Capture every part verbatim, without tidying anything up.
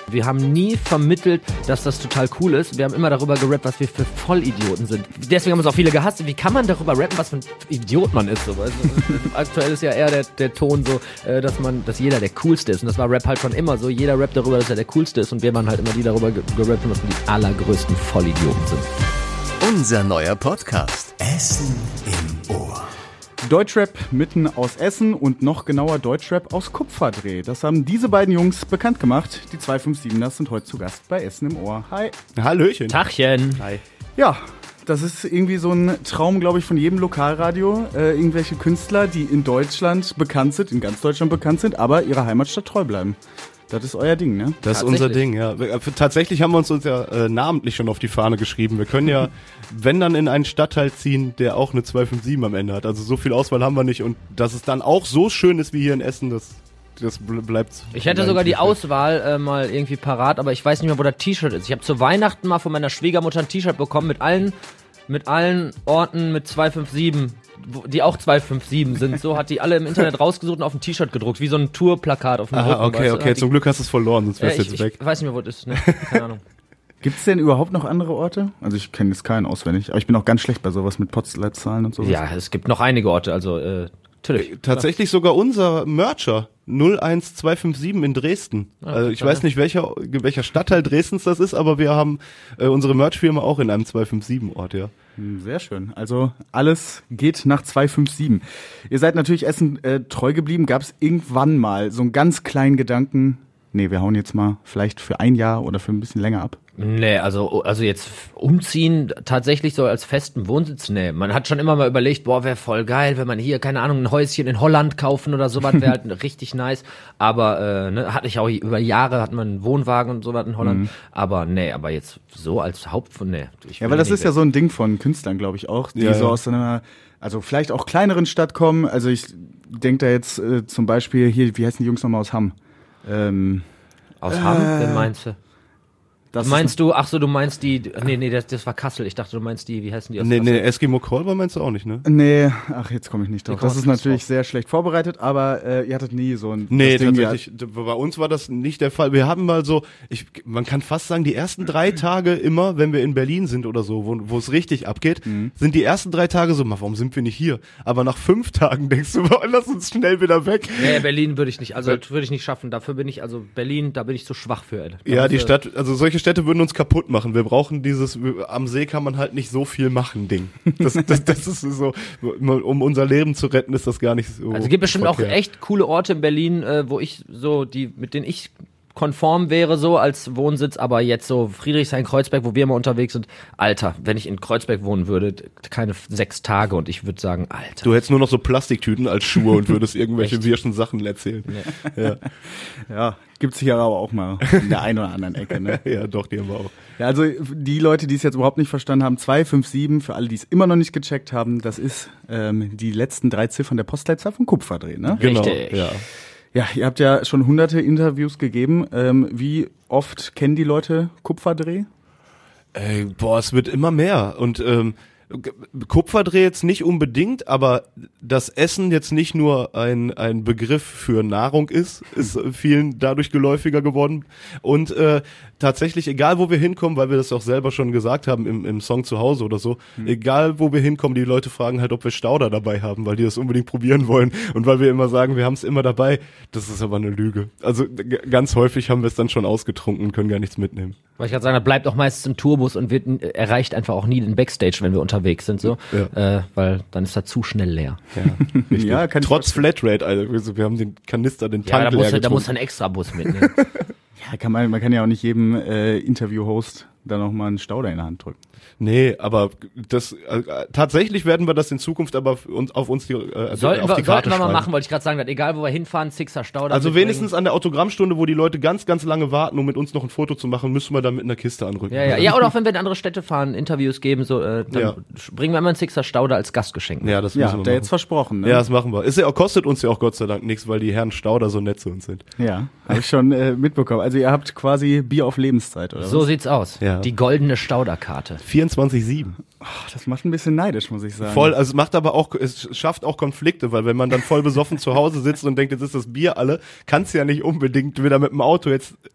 Wir haben nie vermittelt, dass das total cool ist. Wir haben immer darüber gerappt, was wir für Vollidioten sind. Deswegen haben uns auch viele gehasst. Wie kann man darüber rappen, was für ein Idiot man ist? So, weißt du? Aktuell ist ja eher der, der Ton so, dass man, dass jeder der Coolste ist. Und das war Rap halt schon immer so. Jeder rappt darüber, dass er der Coolste ist. Und wir waren halt immer die darüber gerappt, dass wir die allergrößten Vollidioten sind. Unser neuer Podcast. Essen im Ohr. Deutschrap mitten aus Essen und noch genauer Deutschrap aus Kupferdreh. Das haben diese beiden Jungs bekannt gemacht. Die zwei fünf sieben-ers sind heute zu Gast bei Essen im Ohr. Hi. Hallöchen. Tachchen. Hi. Ja, das ist irgendwie so ein Traum, glaube ich, von jedem Lokalradio. Äh, irgendwelche Künstler, die in Deutschland bekannt sind, in ganz Deutschland bekannt sind, aber ihrer Heimatstadt treu bleiben. Das ist euer Ding, ne? Das ist unser Ding, ja. Tatsächlich haben wir uns uns ja äh, namentlich schon auf die Fahne geschrieben. Wir können ja, wenn dann in einen Stadtteil ziehen, der auch eine zwei fünf sieben am Ende hat. Also so viel Auswahl haben wir nicht. Und dass es dann auch so schön ist wie hier in Essen, das, das bleibt... Ich hätte sogar die Auswahl äh, mal irgendwie parat, aber ich weiß nicht mehr, wo das T-Shirt ist. Ich habe zu Weihnachten mal von meiner Schwiegermutter ein T-Shirt bekommen mit allen, mit allen Orten mit zwei fünf sieben, die auch zwei fünf sieben sind. So hat die alle im Internet rausgesucht und auf ein T-Shirt gedruckt, wie so ein Tourplakat auf dem Aha, Rücken. okay, weißt du? okay, zum Glück hast du es verloren, sonst wärst du ja, jetzt weg. Ich weiß nicht mehr, wo es ist, ne? Keine Ahnung. Gibt es denn überhaupt noch andere Orte? Also ich kenne jetzt keinen auswendig, aber ich bin auch ganz schlecht bei sowas mit Postleitzahlen und so. Ja, es gibt noch einige Orte, also äh, natürlich. Äh, tatsächlich sogar unser Mercher, null eins zwei fünf sieben in Dresden. Ah, also ich total. weiß nicht, welcher welcher Stadtteil Dresdens das ist, aber wir haben äh, unsere Merch-Firma auch in einem zwei fünf sieben Ort, ja. Sehr schön. Also alles geht nach zwei fünf sieben. Ihr seid natürlich Essen äh, treu geblieben. Gab es irgendwann mal so einen ganz kleinen Gedanken, nee, wir hauen jetzt mal vielleicht für ein Jahr oder für ein bisschen länger ab? Nee, also, also jetzt umziehen tatsächlich so als festen Wohnsitz, nee. Man hat schon immer mal überlegt, boah, wäre voll geil, wenn man hier, keine Ahnung, ein Häuschen in Holland kaufen oder sowas, wäre halt richtig nice. Aber, äh, ne, hatte ich auch über Jahre, hat man einen Wohnwagen und sowas in Holland. Mhm. Aber nee, aber jetzt so als Haupt, nee. Ich ja, weil das ist weg. Ja so ein Ding von Künstlern, glaube ich auch, die ja, so ja. aus einer, also vielleicht auch kleineren Stadt kommen. Also ich denke da jetzt äh, zum Beispiel hier, wie heißen die Jungs nochmal aus Hamm? Ähm, aus äh, Hamm? Wen meinst du? Das meinst du, ach so, du meinst die, nee, nee, das, das war Kassel. Ich dachte, du meinst die, wie heißen die aus Nee, Kassel? nee, Eskimo Callboy meinst du auch nicht, ne? Nee, ach, jetzt komme ich nicht drauf. Das ist natürlich sehr schlecht vorbereitet, aber äh, ihr hattet nie so ein Nee, Ding, tatsächlich, bei uns war das nicht der Fall. Wir haben mal so, ich, man kann fast sagen, die ersten drei Tage immer, wenn wir in Berlin sind oder so, wo, wo es richtig abgeht, mhm. sind die ersten drei Tage so, warum sind wir nicht hier? Aber nach fünf Tagen denkst du, lass uns schnell wieder weg. Nee, Berlin würde ich nicht, also würde ich nicht schaffen. Dafür bin ich, also Berlin, da bin ich zu schwach für. Alter. Ja, die Stadt, also solche Städte würden uns kaputt machen. Wir brauchen dieses, am See kann man halt nicht so viel machen, Ding. Das, das, das ist so, um unser Leben zu retten, ist das gar nicht so. Also es gibt bestimmt verkehrt. auch echt coole Orte in Berlin, äh, wo ich so, die, mit denen ich konform wäre so als Wohnsitz, aber jetzt so Friedrichshain-Kreuzberg, wo wir immer unterwegs sind, Alter, wenn ich in Kreuzberg wohnen würde, keine sechs Tage und ich würde sagen, Alter. Du hättest nur noch so Plastiktüten als Schuhe und würdest irgendwelche wirschen Sachen erzählen. Nee. Ja, ja gibt's hier aber auch mal in der einen oder anderen Ecke, ne? Ja, doch, die haben wir auch. Ja, also die Leute, die es jetzt überhaupt nicht verstanden haben, zwei fünf sieben, für alle, die es immer noch nicht gecheckt haben, das ist ähm, die letzten drei Ziffern der Postleitzahl von Kupferdreh, ne? Genau, richtig. Ja. Ja, ihr habt ja schon hunderte Interviews gegeben. Ähm, wie oft kennen die Leute Kupferdreh? Ey, boah, es wird immer mehr. Und ähm, Kupferdreh jetzt nicht unbedingt, aber dass Essen jetzt nicht nur ein ein Begriff für Nahrung ist, ist vielen dadurch geläufiger geworden. Und äh, tatsächlich, egal wo wir hinkommen, weil wir das auch selber schon gesagt haben im, im Song zu Hause oder so, mhm. egal wo wir hinkommen, die Leute fragen halt, ob wir Stauder dabei haben, weil die das unbedingt probieren wollen. Und weil wir immer sagen, wir haben es immer dabei, das ist aber eine Lüge. Also g- ganz häufig haben wir es dann schon ausgetrunken und können gar nichts mitnehmen. Weil ich gerade sagen, das bleibt auch meistens im Tourbus und wird, erreicht einfach auch nie den Backstage, wenn wir unterwegs sind, so, ja. äh, weil dann ist das zu schnell leer. Ja, ja, kann trotz Flatrate, also wir haben den Kanister, den Tank ja, da leer muss, getrunken. da muss ein extra Bus mitnehmen. Ja, kann man, man kann ja auch nicht jedem äh, Interview-Host da nochmal einen Stauder in der Hand drücken. Nee, aber das äh, tatsächlich werden wir das in Zukunft aber f- uns, auf uns die, äh, sollten auf die wir, Karte sollten wir mal schreiben. machen, wollte ich gerade sagen, dass egal wo wir hinfahren, Sixer Stauder. Also mitbringen. wenigstens an der Autogrammstunde, wo die Leute ganz, ganz lange warten, um mit uns noch ein Foto zu machen, müssen wir da mit einer Kiste anrücken. Ja, ja, ja, oder auch wenn wir in andere Städte fahren, Interviews geben, so, äh, dann Ja. bringen wir immer einen Sixer Stauder als Gastgeschenk. Ja, das Ja, müssen wir habt ihr machen. jetzt versprochen, ne? Ja, das machen wir. Ist ja, kostet uns ja auch Gott sei Dank nichts, weil die Herren Stauder so nett zu uns sind. Ja, habe ich schon äh, mitbekommen. Also ihr habt quasi Bier auf Lebenszeit, oder So was? sieht's aus. Ja. Die goldene Stauderkarte. vierundzwanzig sieben. Ach, das macht ein bisschen neidisch, muss ich sagen. Voll, also es macht aber auch, es schafft auch Konflikte, weil wenn man dann voll besoffen zu Hause sitzt und denkt, jetzt ist das Bier alle, kannst du ja nicht unbedingt wieder mit dem Auto jetzt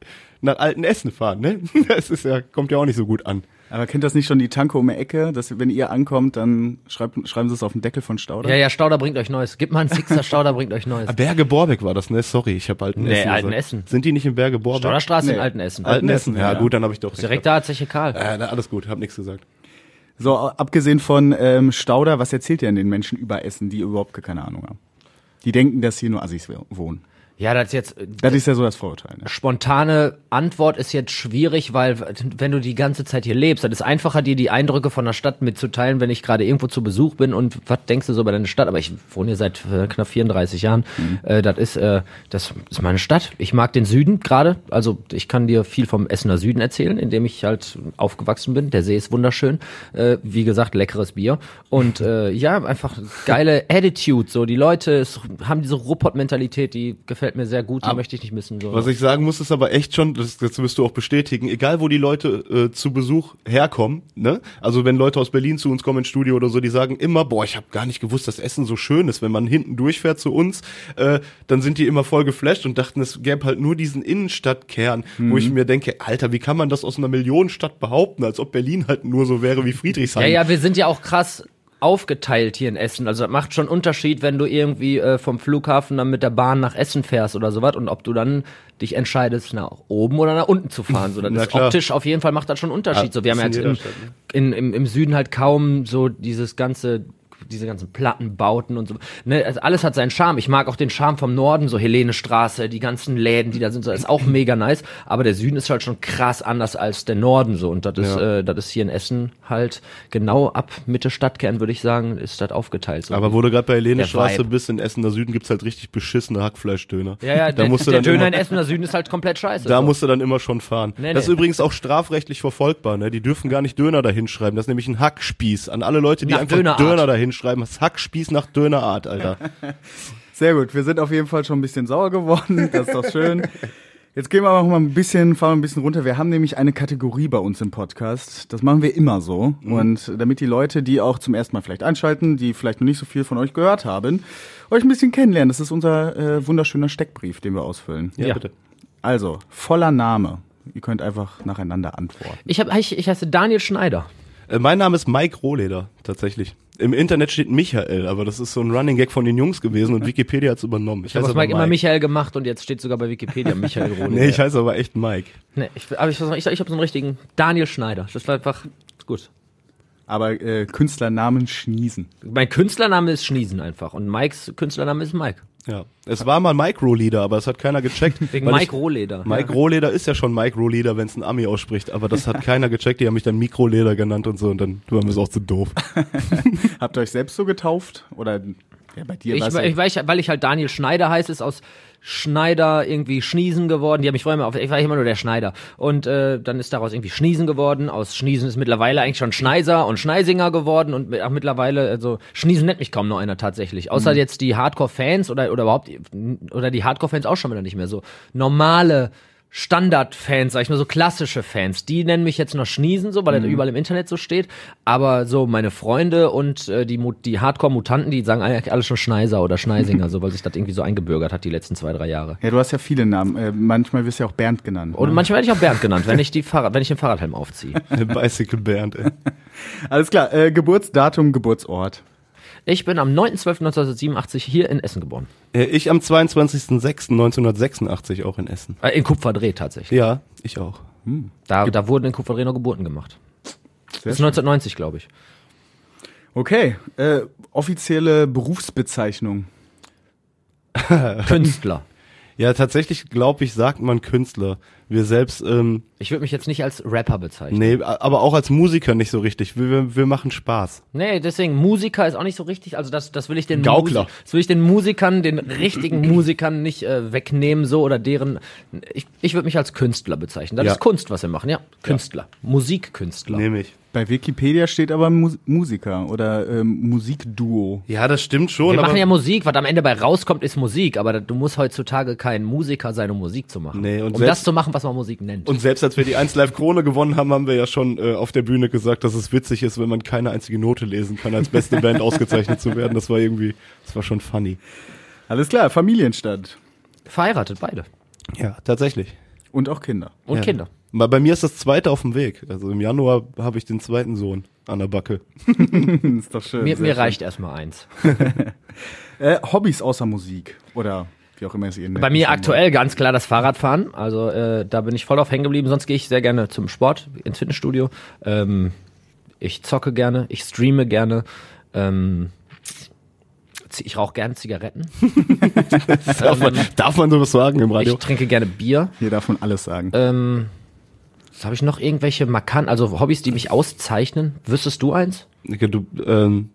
nach Altenessen fahren, ne? Das ist ja, kommt ja auch nicht so gut an. Aber kennt das nicht schon die Tanke um die Ecke, dass wenn ihr ankommt, dann schreibt, schreiben sie es auf den Deckel von Stauder? Ja, ja, Stauder bringt euch Neues. Gib mal einen Sixer, Stauder bringt euch Neues. Berge Borbeck war das, ne? Sorry, ich habe Altenessen. Nee, gesagt. Altenessen. Sind die nicht in Berge Borbeck? Stauderstraße Nee. in Altenessen. Altenessen, ja, ja. gut, dann habe ich doch recht. Direkt da hat Zeche Karl. Äh, na, alles gut, hab nichts gesagt. So, abgesehen von ähm, Stauder, was erzählt ihr denn den Menschen über Essen, die überhaupt keine Ahnung haben? Die denken, dass hier nur Assis wohnen. Ja, das ist jetzt Das ist ja so das Vorurteil. Ne? spontane Antwort ist jetzt schwierig, weil wenn du die ganze Zeit hier lebst, dann ist einfacher, dir die Eindrücke von der Stadt mitzuteilen, wenn ich gerade irgendwo zu Besuch bin und was denkst du so über deine Stadt? Aber ich wohne hier seit äh, knapp vierunddreißig Jahren. Mhm. Äh, das ist äh, das ist meine Stadt. Ich mag den Süden gerade. Also ich kann dir viel vom Essener Süden erzählen, in dem ich halt aufgewachsen bin. Der See ist wunderschön. Äh, wie gesagt, leckeres Bier. Und äh, ja, einfach geile Attitude. So, die Leute es, haben diese Ruhrpott-Mentalität, die gefällt mir sehr gut, die Aber möchte ich nicht missen. So. Was ich sagen muss, ist aber echt schon, das, das wirst du auch bestätigen, egal wo die Leute äh, zu Besuch herkommen, ne? Also wenn Leute aus Berlin zu uns kommen ins Studio oder so, die sagen immer, boah, ich habe gar nicht gewusst, dass Essen so schön ist. Wenn man hinten durchfährt zu uns, äh, dann sind die immer voll geflasht und dachten, es gäbe halt nur diesen Innenstadtkern, mhm. wo ich mir denke, Alter, wie kann man das aus einer Millionenstadt behaupten, als ob Berlin halt nur so wäre wie Friedrichshain. Ja, ja, wir sind ja auch krass aufgeteilt hier in Essen. Also das macht schon Unterschied, wenn du irgendwie äh, vom Flughafen dann mit der Bahn nach Essen fährst oder sowas und ob du dann dich entscheidest, nach oben oder nach unten zu fahren. So, das ist optisch auf jeden Fall macht das schon einen Unterschied. Ja, so, wir haben ja jetzt im, in, im, im Süden halt kaum so dieses ganze diese ganzen Plattenbauten und so. Ne, also alles hat seinen Charme. Ich mag auch den Charme vom Norden, so Helenestraße, die ganzen Läden, die da sind, so, das ist auch mega nice. Aber der Süden ist halt schon krass anders als der Norden so. Und das ist, Ja. äh, das ist hier in Essen halt genau ab Mitte Stadtkern, würde ich sagen, ist das aufgeteilt. So. Aber wo du gerade bei Helenestraße Vibe. bist, in Essen, der Süden gibt's halt richtig beschissene Hackfleischdöner. ja, ja, da der, musst du der dann Döner immer, in Essen, der Süden ist halt komplett scheiße. Da so. musst du dann immer schon fahren. Nee, das ist nee. übrigens auch strafrechtlich verfolgbar, ne? Die dürfen gar nicht Döner da hinschreiben. Das ist nämlich ein Hackspieß. An alle Leute, die Nach einfach Dönerart. Döner da hinschreiben, das Hackspieß nach Dönerart, Alter. Sehr gut, wir sind auf jeden Fall schon ein bisschen sauer geworden, das ist doch schön. Jetzt gehen wir aber noch mal ein bisschen, fahren wir ein bisschen runter. Wir haben nämlich eine Kategorie bei uns im Podcast. Das machen wir immer so. Mhm. Und damit die Leute, die auch zum ersten Mal vielleicht einschalten, die vielleicht noch nicht so viel von euch gehört haben, euch ein bisschen kennenlernen. Das ist unser äh, wunderschöner Steckbrief, den wir ausfüllen. Ja, Ja. bitte. Also, voller Name. Ihr könnt einfach nacheinander antworten. Ich, hab, ich, ich heiße Daniel Schneider. Äh, mein Name ist Mike Rohleder, tatsächlich. Im Internet steht Michael, aber das ist so ein Running Gag von den Jungs gewesen und Wikipedia hat's übernommen. Ich habe aus aber Mike immer Michael gemacht und jetzt steht sogar bei Wikipedia Michael Rohde. Nee, ich heiße aber echt Mike. Nee, ich, aber ich, ich, ich habe so einen richtigen Daniel Schneider. Das war einfach gut. Aber äh, Künstlernamen Schniesen. Mein Künstlername ist Schniesen einfach und Mikes Künstlername ist Mike. Ja. Es war mal Mike Rohleder, aber das hat keiner gecheckt. Wegen weil Mike ich- Rohleder. Mike Rohleder ist ja schon Mike Rohleder, wenn es ein Ami ausspricht, aber das hat keiner gecheckt. Die haben mich dann Mikroleder genannt und so und dann war mir es auch zu doof. Habt ihr euch selbst so getauft? Oder ja, bei dir Ich, war's weil, ja- ich, weil, ich, weil ich halt Daniel Schneider heiße, ist aus Schneider irgendwie Schniesen geworden. Die haben mich vorher immer auf, ich war immer nur der Schneider. Und äh, dann ist daraus irgendwie Schniesen geworden. Aus Schniesen ist mittlerweile eigentlich schon Schneiser und Schneisinger geworden. Und auch mittlerweile, also Schniesen nennt mich kaum noch einer tatsächlich. Außer Mhm. jetzt die Hardcore-Fans oder, oder überhaupt, oder die Hardcore-Fans auch schon wieder nicht mehr so. Normale Standard-Fans, sag ich mal, so klassische Fans, die nennen mich jetzt noch Schniesen, so, weil das überall im Internet so steht. Aber so meine Freunde und äh, die, Mu- die Hardcore-Mutanten, die sagen eigentlich alle schon Schneiser oder Schneisinger, so, weil sich das irgendwie so eingebürgert hat die letzten zwei, drei Jahre. Ja, du hast ja viele Namen. Äh, manchmal wirst du ja auch Bernd genannt. Und Ne? manchmal werde ich auch Bernd genannt, wenn ich die Fahrrad, wenn ich den Fahrradhelm aufziehe. Bicycle Bernd, ey. Alles klar, äh, Geburtsdatum, Geburtsort. Ich bin am neunten zwölften neunzehnhundertsiebenundachtzig hier in Essen geboren. Äh, Ich am zweiundzwanzigsten sechsten neunzehnhundertsechsundachtzig auch in Essen. Äh, in Kupferdreh tatsächlich. Ja, ich auch. Da, da wurden in Kupferdreh noch Geburten gemacht. Das ist schön. neunzehnhundertneunzig, glaube ich. Okay, äh, offizielle Berufsbezeichnung. Künstler. Ja, tatsächlich, glaube ich, sagt man Künstler. Wir selbst, ähm, Ich würde mich jetzt nicht als Rapper bezeichnen. nee, aber auch als Musiker nicht so richtig. Wir, wir, wir machen Spaß. Nee, deswegen Musiker ist auch nicht so richtig, also das, das will ich den Gaukler. Musi- das will ich den Musikern, den richtigen Musikern nicht äh, wegnehmen, so oder deren. Ich, ich würde mich als Künstler bezeichnen. Das Ja. ist Kunst, was wir machen, ja. Künstler, Musikkünstler. Nehme ich. Bei Wikipedia steht aber Mus Musiker oder ähm, Musikduo. Ja, das stimmt schon. Wir aber machen ja Musik, was am Ende bei rauskommt, ist Musik, aber du musst heutzutage kein Musiker sein, um Musik zu machen. Nee, und um selbst- das zu machen, was man Musik nennt. Und selbst als wir die eins Live Krone gewonnen haben, haben wir ja schon äh, auf der Bühne gesagt, dass es witzig ist, wenn man keine einzige Note lesen kann, als beste Band ausgezeichnet zu werden. Das war irgendwie, das war schon funny. Alles klar, Familienstand. Verheiratet beide. Ja, tatsächlich. Und auch Kinder. Und Ja. Kinder. Bei bei mir ist das zweite auf dem Weg. Also im Januar habe ich den zweiten Sohn an der Backe. Ist doch schön. Mir, sehr mir schön. reicht erstmal eins. Äh, Hobbys außer Musik oder wie auch immer es ihr nennt. Bei mir aktuell ganz klar das Fahrradfahren. Also äh, da bin ich voll auf hängen geblieben. Sonst gehe ich sehr gerne zum Sport, ins Fitnessstudio. Ähm, ich zocke gerne, ich streame gerne. Ähm, ich rauche gerne Zigaretten. Darf man, darf man sowas sagen im Radio? Ich trinke gerne Bier. Hier darf man alles sagen. Ähm, habe ich noch irgendwelche markanten, also Hobbys, die mich auszeichnen? Wüsstest du eins? Du, ähm,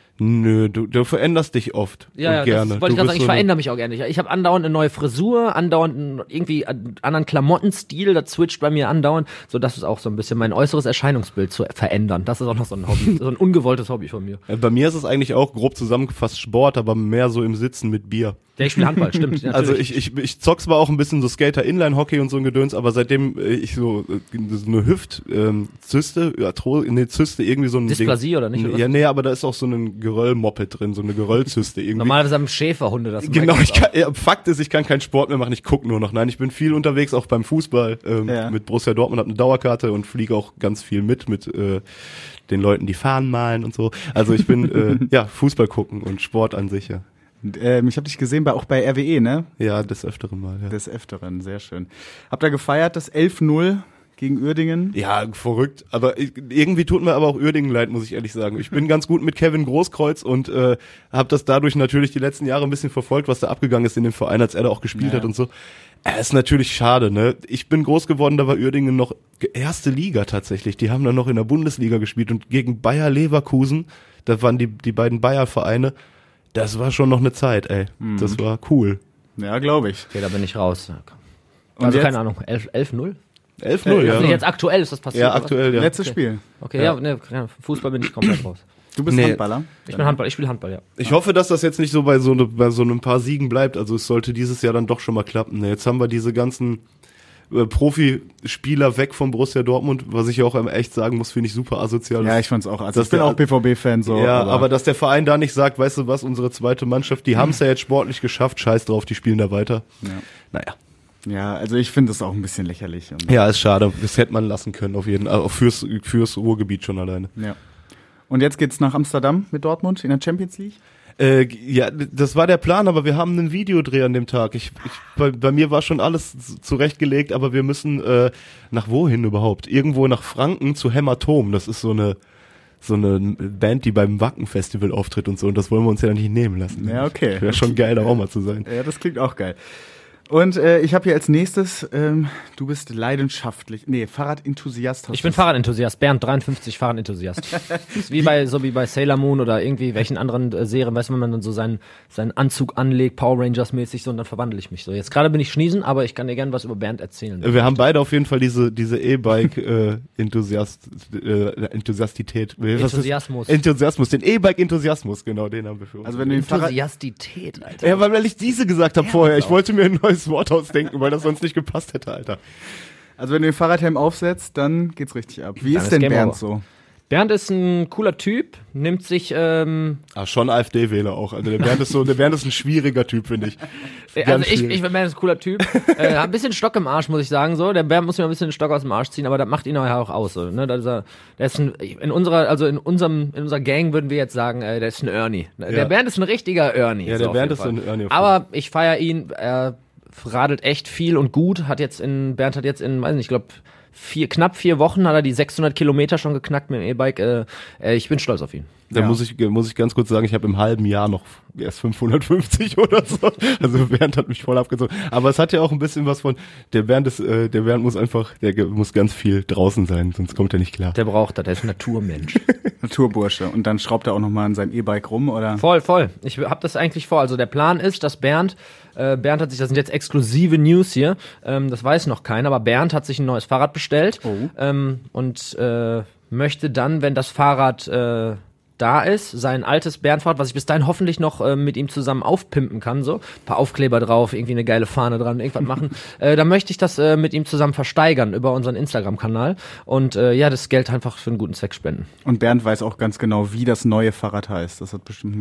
nö, du, du veränderst dich oft Ja, und ja, gerne. das wollte ich Du gerade sagen, bist ich so eine- verändere mich auch gerne. Ich, ich habe andauernd eine neue Frisur, andauernd einen, irgendwie einen anderen Klamottenstil, das switcht bei mir andauernd, so das ist auch so ein bisschen mein äußeres Erscheinungsbild zu verändern. Das ist auch noch so ein Hobby, so ein ungewolltes Hobby von mir. Äh, Bei mir ist es eigentlich auch grob zusammengefasst Sport, aber mehr so im Sitzen mit Bier. Ja, ich spiele Handball, stimmt. Natürlich. Also ich, ich, ich zock zwar auch ein bisschen so Skater-Inline-Hockey und so ein Gedöns, aber seitdem äh, ich so, äh, so eine Hüft-Zyste, ja, Tro- nee, Zyste, irgendwie so ein Dysplasie Ding. oder nicht, oder Ja, nee, aber da ist auch so ein Geröll-Moped drin, so eine Geröllzyste irgendwie. Normalerweise haben Schäferhunde das. Genau, merkt ich man kann, ja, Fakt ist, ich kann keinen Sport mehr machen, ich guck nur noch. Nein, ich bin viel unterwegs, auch beim Fußball, ähm, Ja. mit Borussia Dortmund, hab eine Dauerkarte und fliege auch ganz viel mit, mit äh, den Leuten, die Fahnen malen und so. Also ich bin, äh, ja, Fußball gucken und Sport an sich, ja. Und, ähm, ich habe dich gesehen bei auch bei R W E, ne? Ja, des Öfteren mal, ja. Des Öfteren, sehr schön. Habt ihr gefeiert, das elf null gegen Uerdingen? Ja, verrückt. Aber ich, irgendwie tut mir aber auch Uerdingen leid, muss ich ehrlich sagen. Ich bin ganz gut mit Kevin Großkreuz und äh, habe das dadurch natürlich die letzten Jahre ein bisschen verfolgt, was da abgegangen ist in dem Verein, als er da auch gespielt Ja. hat und so. Äh, ist natürlich schade, ne? Ich bin groß geworden, da war Uerdingen noch erste Liga tatsächlich. Die haben dann noch in der Bundesliga gespielt und gegen Bayer Leverkusen, das waren die die beiden Bayer-Vereine. Das war schon noch eine Zeit, ey. Das war cool. Ja, glaube ich. Okay, da bin ich raus. Und Also jetzt? keine Ahnung, elf null? elf null, Äh, Also ja. jetzt aktuell ist das passiert? Ja, oder was? aktuell, ja. Letztes Spiel. Okay, ja, ne, Fußball bin ich komplett raus. Du bist Nee. Handballer. Ich bin Handball, ich spiele Handball, ja. Ich hoffe, dass das jetzt nicht so bei so, ne, bei so ein paar Siegen bleibt. Also es sollte dieses Jahr dann doch schon mal klappen. Jetzt haben wir diese ganzen äh, Profispieler weg von Borussia Dortmund, was ich ja auch echt sagen muss, finde ich super asozial. Ja, ich fand's auch. Also Das ich bin der- auch B V B-Fan so. ja, aber, dass der Verein da nicht sagt, weißt du was, unsere zweite Mannschaft, die haben es ja jetzt sportlich geschafft, scheiß drauf, die spielen da weiter. ja. Naja. ja, also ich finde das auch ein bisschen lächerlich. Und, Ja, ist schade. Das hätte man lassen können, auf jeden Fall. Auch fürs, fürs Ruhrgebiet schon alleine. ja. Und jetzt geht's nach Amsterdam mit Dortmund in der Champions League. Äh, ja, das war der Plan, aber wir haben einen Videodreh an dem Tag. Ich, ich, bei, bei mir war schon alles z- zurechtgelegt, aber wir müssen äh, nach wohin überhaupt? Irgendwo nach Franken zu Hämatom. Das ist so eine so eine Band, die beim Wacken-Festival auftritt und so. Und das wollen wir uns ja nicht nehmen lassen. Ja, okay. Wäre schon geil, da auch mal zu sein. Ja, das klingt auch geil. Und äh, ich habe hier als nächstes, ähm, du bist leidenschaftlich, nee, Fahrradenthusiast. hast Ich bin du- Fahrradenthusiast, Bernd dreiundfünfzig Fahrradenthusiast. Ist wie bei so wie bei Sailor Moon oder irgendwie welchen anderen äh, Serien, weißt du, wenn man dann so seinen seinen Anzug anlegt, Power Rangers mäßig so und dann verwandle ich mich so. Jetzt gerade bin ich schniesen, aber ich kann dir gerne was über Bernd erzählen. Wir haben beide auf jeden Fall diese diese E-Bike äh, Enthusiast äh, Enthusiastität. Was ist- Enthusiasmus. Enthusiasmus, den E-Bike Enthusiasmus, genau, den haben wir für uns. Also wenn du den Fahrrad, Enthusiastität, Alter. Ja, weil ich diese gesagt habe vorher. Ich wollte mir ein neues Wort ausdenken, weil das sonst nicht gepasst hätte, Alter. also wenn du den Fahrradhelm aufsetzt, dann geht's richtig ab. Wie Dann ist ist denn Game Bernd over. so? Bernd ist ein cooler Typ, nimmt sich, ähm, Ah, schon AfD-Wähler auch. Also der Bernd ist so, der Bernd ist ein schwieriger Typ, finde ich. also Ganz ich, schwierig. ich bin Bernd ist ein cooler Typ, äh, hat ein bisschen Stock im Arsch, muss ich sagen, so. Der Bernd muss mir ein bisschen den Stock aus dem Arsch ziehen, aber das macht ihn ja auch aus, so, ne. Das ist er, der ist ein, in unserer, also in unserem, in unserer Gang würden wir jetzt sagen, äh, der ist ein Ernie. Der Ja. Bernd ist ein richtiger Ernie. Ja, so der auf Bernd jeden ist Fall. ein Ernie. auf jeden Aber ich feiere ihn, er radelt echt viel und gut, hat jetzt in, Bernd hat jetzt in, weiß nicht, ich glaube, vier, knapp vier Wochen hat er die sechshundert Kilometer schon geknackt mit dem E-Bike, äh, äh, ich bin stolz auf ihn. Da Ja. muss ich, muss ich ganz kurz sagen, ich habe im halben Jahr noch erst fünfhundertfünfzig oder so. Also Bernd hat mich voll abgezogen. Aber es hat ja auch ein bisschen was von, der Bernd ist, äh, der Bernd muss einfach, der ge- muss ganz viel draußen sein, sonst kommt er nicht klar. Der braucht das, der ist ein Naturmensch. Naturbursche. Und dann schraubt er auch nochmal an seinem E-Bike rum, oder? Voll, voll. Ich habe das eigentlich vor. Also der Plan ist, dass Bernd, äh, Bernd hat sich, das sind jetzt exklusive News hier, ähm, das weiß noch keiner, aber Bernd hat sich ein neues Fahrrad bestellt Oh. ähm, und äh, möchte dann, wenn das Fahrrad äh, da ist, sein altes Bernd-Fahrrad, was ich bis dahin hoffentlich noch äh, mit ihm zusammen aufpimpen kann, so, ein paar Aufkleber drauf, irgendwie eine geile Fahne dran, irgendwas machen, äh, dann möchte ich das äh, mit ihm zusammen versteigern über unseren Instagram-Kanal und äh, ja, das Geld einfach für einen guten Zweck spenden. Und Bernd weiß auch ganz genau, wie das neue Fahrrad heißt. Das hat bestimmt einen ganz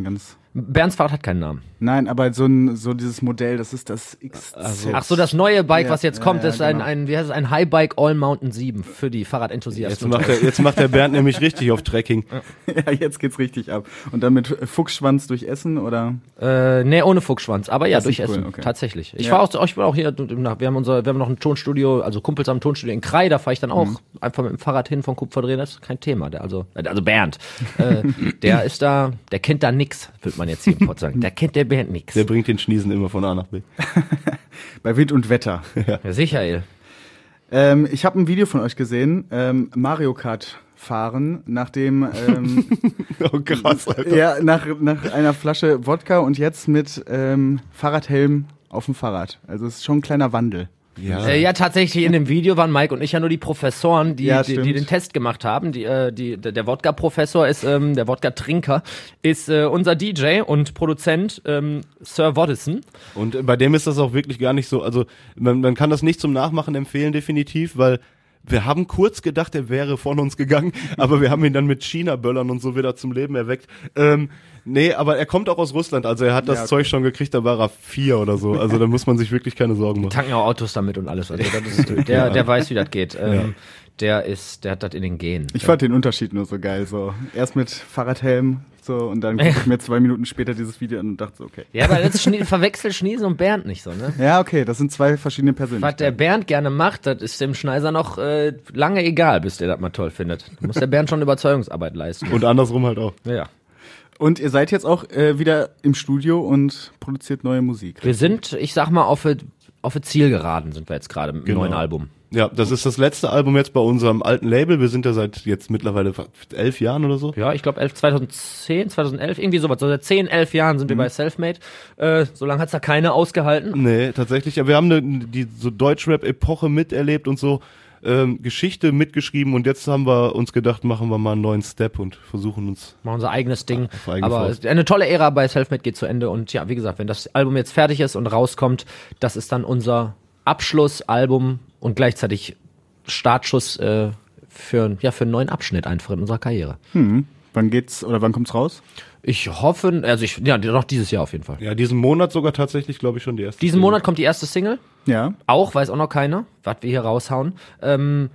Bernds Fahrrad hat keinen Namen. Nein, aber so ein so dieses Modell, das ist das X Z. Also, ach so, das neue Bike, Ja, was jetzt ja, kommt, ja, ist ein, genau. ein, wie heißt es, ein High Bike All Mountain sieben für die Jetzt Fahrradenthusiasten. macht, der, jetzt macht der Bernd nämlich richtig auf Trekking. Ja, jetzt geht's richtig ab. Und dann mit Fuchsschwanz durch Essen oder? Äh, nee, ohne Fuchsschwanz, aber ja, Das durch ist cool, Essen, okay. tatsächlich. Ich Ja. war auch, ich war auch hier, wir haben unser, wir haben noch ein Tonstudio, also Kumpels haben ein Tonstudio in Krai, da fahre ich dann auch Mhm. einfach mit dem Fahrrad hin vom Kupferdreh, das ist kein Thema. Der, also, also Bernd, äh, der ist da, der kennt da nix, würde man jetzt hier im Pod sagen. Der kennt der Bernd nix. Der bringt den Schniesen immer von A nach B. Bei Wind und Wetter. Ja, sicher, ey. ähm, ich habe ein Video von euch gesehen, ähm, Mario Kart fahren, nachdem ähm, Oh krass, Alter. ja, nach, nach einer Flasche Wodka und jetzt mit ähm, Fahrradhelm auf dem Fahrrad. Also es ist schon ein kleiner Wandel. Ja. Äh, ja, tatsächlich in dem Video waren Mike und ich ja nur die Professoren, die, Ja, die, stimmt. die den Test gemacht haben. Die, äh, die, der Wodka-Professor ist, ähm, der Wodka-Trinker ist äh, unser D J und Produzent ähm, Sir Woddison. Und äh, bei dem ist das auch wirklich gar nicht so, also man, man kann das nicht zum Nachmachen empfehlen, definitiv, weil wir haben kurz gedacht, er wäre von uns gegangen, aber wir haben ihn dann mit China-Böllern und so wieder zum Leben erweckt. Ähm, nee, aber er kommt auch aus Russland, also er hat das Ja, okay. Zeug schon gekriegt, da war er vier oder so, also da muss man sich wirklich keine Sorgen machen. Tanken auch Autos damit und alles. Also das ist, der, der weiß, wie das geht. Ähm, der ist, der hat das in den Genen. Ich fand den Unterschied nur so geil. So erst mit Fahrradhelm so und dann gucke ich mir zwei Minuten später dieses Video an und dachte so, okay. Ja, aber das Schnie, verwechselt Schniesen und Bernd nicht so, ne? Ja, okay, das sind zwei verschiedene Was der Persönlichkeiten. Bernd gerne macht, das ist dem Schneiser noch äh, lange egal, bis der das mal toll findet. Da muss der Bernd schon Überzeugungsarbeit leisten. Und andersrum halt auch. Ja. Und ihr seid jetzt auch äh, wieder im Studio und produziert neue Musik. Wir sind, ich sag mal, auf der auf der Zielgeraden sind wir jetzt gerade mit dem Genau. neuen Album. Ja, das ist das letzte Album jetzt bei unserem alten Label, wir sind ja seit jetzt mittlerweile elf Jahren oder so. Ja, ich glaube zweitausendzehn, zweitausendelf, irgendwie sowas. So seit zehn, elf Jahren sind wir bei Selfmade. Äh, so lange hat's da keiner ausgehalten. Nee, tatsächlich. Ja, wir haben eine, die so Deutschrap-Epoche miterlebt und so ähm, Geschichte mitgeschrieben und jetzt haben wir uns gedacht, machen wir mal einen neuen Step und versuchen uns. Machen unser eigenes Ding. Auf eigene Aber Faust. eine tolle Ära bei Selfmade geht zu Ende. Und ja, wie gesagt, wenn das Album jetzt fertig ist und rauskommt, das ist dann unser Abschlussalbum und gleichzeitig Startschuss äh, für, ja, für einen neuen Abschnitt einfach in unserer Karriere. Hm. Wann geht's oder wann kommt's raus? Ich hoffe, also ich, ja, noch dieses Jahr auf jeden Fall. Ja, diesen Monat sogar tatsächlich, glaube ich, schon die erste. Diesen Monat kommt die erste Single. Ja. Auch, weiß auch noch keiner, was wir hier raushauen. Ähm,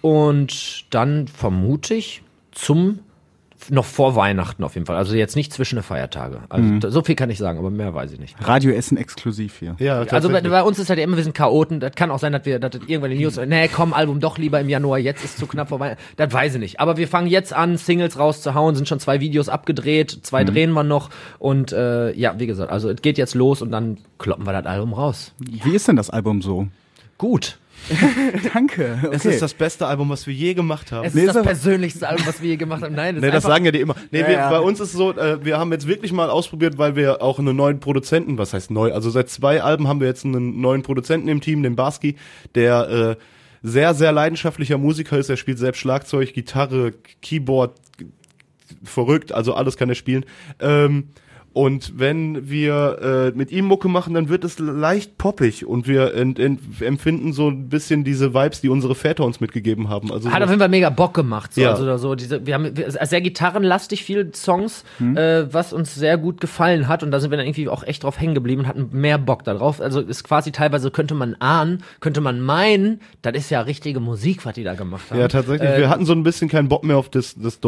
und dann vermute ich zum, noch vor Weihnachten auf jeden Fall. Also jetzt nicht zwischen den Feiertage. Also da- so viel kann ich sagen, aber mehr weiß ich nicht. Radio Essen exklusiv hier. Ja, Also bei, tatsächlich. bei uns ist halt immer, wir sind Chaoten. Das kann auch sein, dass wir, dass das irgendwann in die News, nee, komm, Album doch lieber im Januar, jetzt ist zu knapp vorbei. Das weiß ich nicht. Aber wir fangen jetzt an, Singles rauszuhauen, sind schon zwei Videos abgedreht, zwei drehen wir noch. Und äh, ja, wie gesagt, also es geht jetzt los und dann kloppen wir das Album raus. Wie ist denn das Album so? Gut. Danke. Okay. Es ist das beste Album, was wir je gemacht haben. Es Nee, ist ist das aber- persönlichste Album, was wir je gemacht haben. Nein, das Nee, ist das einfach, sagen ja die immer. Nee, Ja, wir, ja. bei uns ist es so, äh, wir haben jetzt wirklich mal ausprobiert, weil wir auch einen neuen Produzenten, was heißt neu, also seit zwei Alben haben wir jetzt einen neuen Produzenten im Team, den Barski, der äh, sehr, sehr leidenschaftlicher Musiker ist. Er spielt selbst Schlagzeug, Gitarre, Keyboard, verrückt, also alles kann er spielen. Ähm, und wenn wir äh, mit ihm Mucke machen, dann wird es leicht poppig und wir ent, ent, empfinden so ein bisschen diese Vibes, die unsere Väter uns mitgegeben haben. Also hat so- auf jeden Fall mega Bock gemacht. So, Ja. also, so diese, wir haben wir- sehr gitarrenlastig viele Songs, äh, was uns sehr gut gefallen hat. Und da sind wir dann irgendwie auch echt drauf hängen geblieben und hatten mehr Bock darauf. Also ist quasi teilweise, könnte man ahnen, könnte man meinen, das ist ja richtige Musik, was die da gemacht haben. Ja, tatsächlich. Äh, wir hatten so ein bisschen keinen Bock mehr auf das, das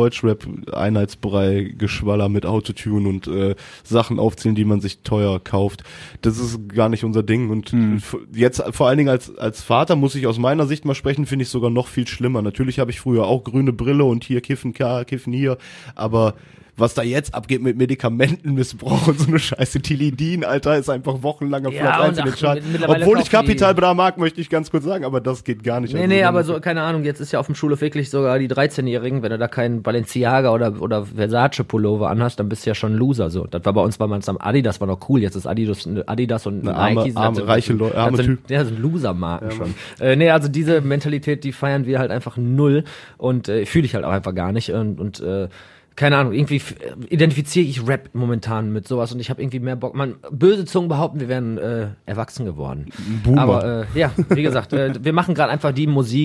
Deutschrap-Einheitsbrei-Geschwaller mit Autotune und äh, Sachen aufzählen, die man sich teuer kauft. Das ist gar nicht unser Ding. Und f- jetzt vor allen Dingen als, als Vater muss ich aus meiner Sicht mal sprechen, finde ich sogar noch viel schlimmer. Natürlich habe ich früher auch grüne Brille und hier kiffen da, kiffen hier, aber was da jetzt abgeht mit Medikamentenmissbrauch und so eine Scheiße, Tilidin, Alter, ist einfach wochenlanger Ja, Platz und eins in den ach, Charts. mittlerweile Obwohl ich kaufen die- Capital Bra mag, möchte ich ganz kurz sagen, aber das geht gar nicht. Nee, Also, nee, wenn aber das- so, keine Ahnung, jetzt ist ja auf dem Schulhof wirklich sogar die dreizehnjährigen, wenn du da keinen Balenciaga oder, oder Versace-Pullover anhast, dann bist du ja schon ein Loser, so. Das war bei uns, weil man es am Adidas war noch cool, jetzt ist Adidas, Adidas und Eine arme- Nike. das arme, sind- reiche Leute, das arme sind, Typen. Ja, das sind Loser-Marken schon. Äh, nee, also diese Mentalität, die feiern wir halt einfach null und äh, fühle ich halt auch einfach gar nicht und, und äh, keine Ahnung, irgendwie f- identifiziere ich Rap momentan mit sowas und ich habe irgendwie mehr Bock. Man, böse Zungen behaupten, wir wären äh, erwachsen geworden. Boomer. Aber äh, ja, wie gesagt, äh, wir machen gerade einfach die Musik,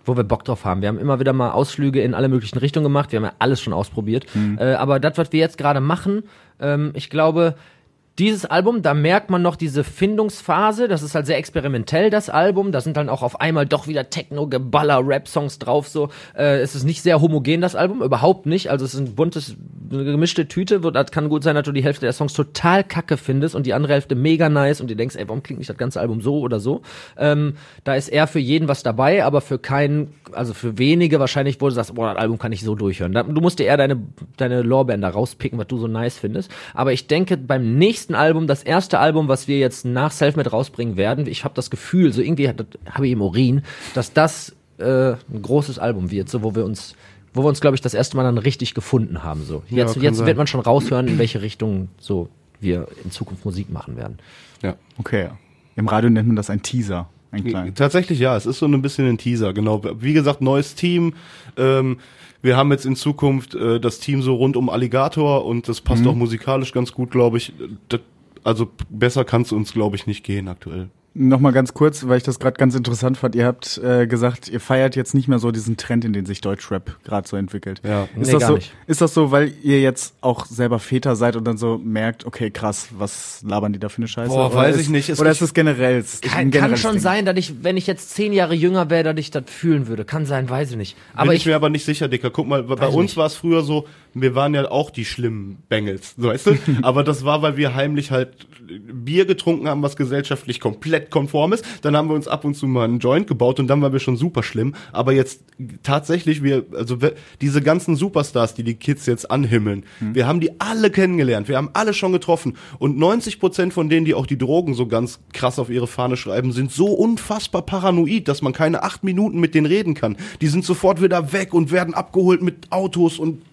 wo wir Bock drauf haben. Wir haben immer wieder mal Ausflüge in alle möglichen Richtungen gemacht. Wir haben ja alles schon ausprobiert. Mhm. Äh, aber das, was wir jetzt gerade machen, ähm, ich glaube, dieses Album, da merkt man noch diese Findungsphase, das ist halt sehr experimentell, das Album, da sind dann auch auf einmal doch wieder Techno-Geballer, Rap-Songs drauf, so, äh, es ist nicht sehr homogen, das Album, überhaupt nicht, also es ist ein buntes, eine gemischte Tüte, wo, das kann gut sein, dass du die Hälfte der Songs total kacke findest und die andere Hälfte mega nice und du denkst, ey, warum klingt nicht das ganze Album so oder so, ähm, da ist eher für jeden was dabei, aber für keinen, also für wenige wahrscheinlich, wo du sagst, boah, das Album kann ich so durchhören, da, du musst dir eher deine, deine Lorbeeren da rauspicken, was du so nice findest, aber ich denke, beim nächsten Album, das erste Album, was wir jetzt nach Selfmade rausbringen werden, ich habe das Gefühl, so irgendwie habe ich im Urin, dass das äh, ein großes Album wird, so wo wir uns, wo wir uns, glaube ich, das erste Mal dann richtig gefunden haben. So jetzt, ja, jetzt wird man schon raushören, in welche Richtung so wir in Zukunft Musik machen werden. Ja, okay. Im Radio nennt man das ein Teaser. Ein kleinen. Tatsächlich ja, es ist so ein bisschen ein Teaser, genau. Wie gesagt, neues Team. Ähm, wir haben jetzt in Zukunft äh, das Team so rund um Alligator und das passt mhm. auch musikalisch ganz gut, glaube ich. Das, also besser kann es uns, glaube ich, nicht gehen aktuell. Nochmal ganz kurz, weil ich das gerade ganz interessant fand. Ihr habt äh, gesagt, ihr feiert jetzt nicht mehr so diesen Trend, in den sich Deutschrap gerade so entwickelt. Ja. Ist, nee, das gar so, nicht. ist das so, weil ihr jetzt auch selber Väter seid und dann so merkt, okay, krass, was labern die da für eine Scheiße? Boah, oder weiß ist, ich nicht. Es oder ist ist es generell? Ist Kann, ein kann schon Ding? sein, dass ich, wenn ich jetzt zehn Jahre jünger wäre, dass ich das fühlen würde. Kann sein, weiß ich nicht. Aber Bin ich, ich mir aber nicht sicher, Dicker. Guck mal, bei Weiß uns nicht. war es früher so, wir waren ja auch die schlimmen Bengels, so, weißt du? Aber das war, weil wir heimlich halt Bier getrunken haben, was gesellschaftlich komplett konform ist. Dann haben wir uns ab und zu mal einen Joint gebaut und dann waren wir schon super schlimm. Aber jetzt tatsächlich, wir, also wir, diese ganzen Superstars, die die Kids jetzt anhimmeln, hm. wir haben die alle kennengelernt, wir haben alle schon getroffen und neunzig Prozent von denen, die auch die Drogen so ganz krass auf ihre Fahne schreiben, sind so unfassbar paranoid, dass man keine acht Minuten mit denen reden kann. Die sind sofort wieder weg und werden abgeholt mit Autos und,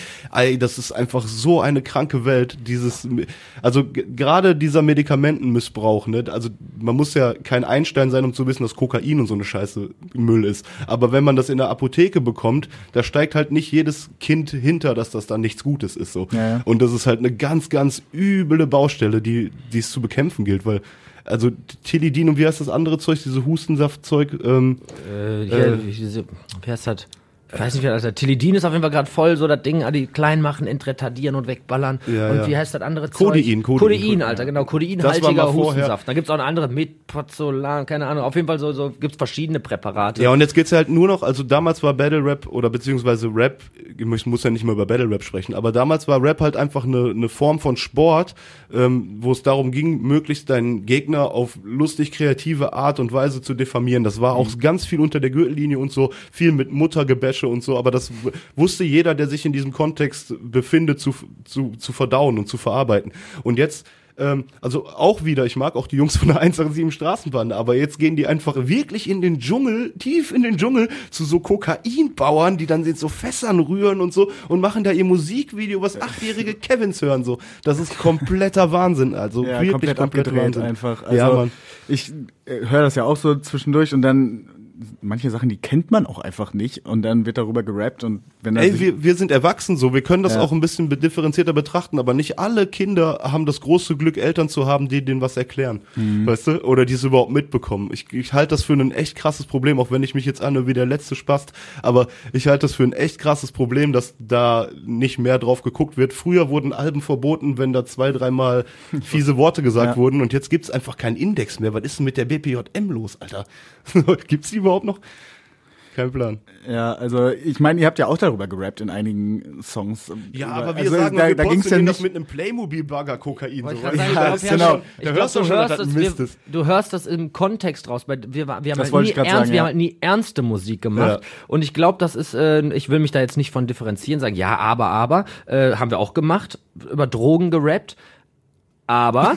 ey, das ist einfach so eine kranke Welt, dieses, also g- gerade dieser Medikamentenmissbrauch, ne, also man muss ja kein Einstein sein, um zu wissen, dass Kokain und so eine Scheiße Müll ist. Aber wenn man das in der Apotheke bekommt, da steigt halt nicht jedes Kind hinter, dass das dann nichts Gutes ist, so. Ja, ja. Und das ist halt eine ganz, ganz üble Baustelle, die, die es zu bekämpfen gilt, weil, also, Tilidin und wie heißt das andere Zeug, diese Hustensaftzeug, ähm, äh, hier, äh, diese, wie heißt das? Ich weiß nicht, wie das heißt. Tilidin ist auf jeden Fall gerade voll, so das Ding, die klein machen, entretardieren und wegballern. Ja, und ja. wie heißt das andere Codein, Zeug? Codein, Codein, Codein, Alter, genau. Das war mal Codeinhaltiger vorher. Hustensaft. Da gibt's auch eine andere, Metpozolan, keine Ahnung. Auf jeden Fall so, so gibt's verschiedene Präparate. Ja, und jetzt geht's halt nur noch, also damals war Battle Rap oder beziehungsweise Rap, ich muss ja nicht mehr über Battle Rap sprechen, aber damals war Rap halt einfach eine, eine Form von Sport, ähm, wo es darum ging, möglichst deinen Gegner auf lustig kreative Art und Weise zu diffamieren. Das war auch mhm. ganz viel unter der Gürtellinie und so, viel mit Muttergebäsche und so, aber das w- wusste jeder, der sich in diesem Kontext befindet, zu, zu, zu verdauen und zu verarbeiten. Und jetzt Ähm, also auch wieder, ich mag auch die Jungs von der hundertsieben Straßenbande, aber jetzt gehen die einfach wirklich in den Dschungel, tief in den Dschungel, zu so Kokainbauern, die dann so Fässern rühren und so und machen da ihr Musikvideo, was achtjährige Kevins hören, so. Das ist kompletter Wahnsinn, also Ja, wirklich komplett komplett abgedreht Wahnsinn. einfach. Also Ja, Mann. ich äh, höre das ja auch so zwischendurch und dann manche Sachen, die kennt man auch einfach nicht und dann wird darüber gerappt und wenn dann Ey, wir, wir sind erwachsen so, wir können das Ja. auch ein bisschen differenzierter betrachten, aber nicht alle Kinder haben das große Glück, Eltern zu haben, die denen was erklären, Mhm. weißt du, oder die es überhaupt mitbekommen. Ich, ich halte das für ein echt krasses Problem, auch wenn ich mich jetzt anhöre wie der letzte Spast, aber ich halte das für ein echt krasses Problem, dass da nicht mehr drauf geguckt wird. Früher wurden Alben verboten, wenn da zwei, dreimal fiese Worte gesagt Ja. wurden und jetzt gibt's einfach keinen Index mehr. Was ist denn mit der B P J M los, Alter? Gibt's die überhaupt noch? Kein Plan. ja, also ich meine, ihr habt ja auch darüber gerappt in einigen Songs. Ja, Über- aber wir also, sagen, da, wir da ging's ja portionieren das nicht. mit einem Playmobil-Bagger Kokain. Wollte ich So. grad sagen, Ja, ich das glaub, ist ja genau. schon- Da ich glaub, hörst du du schon, dass hörst das das, ein Mist wir, ist. du hörst das im Kontext raus. Weil wir, war- wir haben, Das halt wollte nie, ich grad ernst, sagen, wir ja. haben halt nie ernste Musik gemacht. Ja. Und ich glaube, das ist, äh, ich will mich da jetzt nicht von differenzieren, sagen, ja, aber, aber, äh, haben wir auch gemacht, über Drogen gerappt. Aber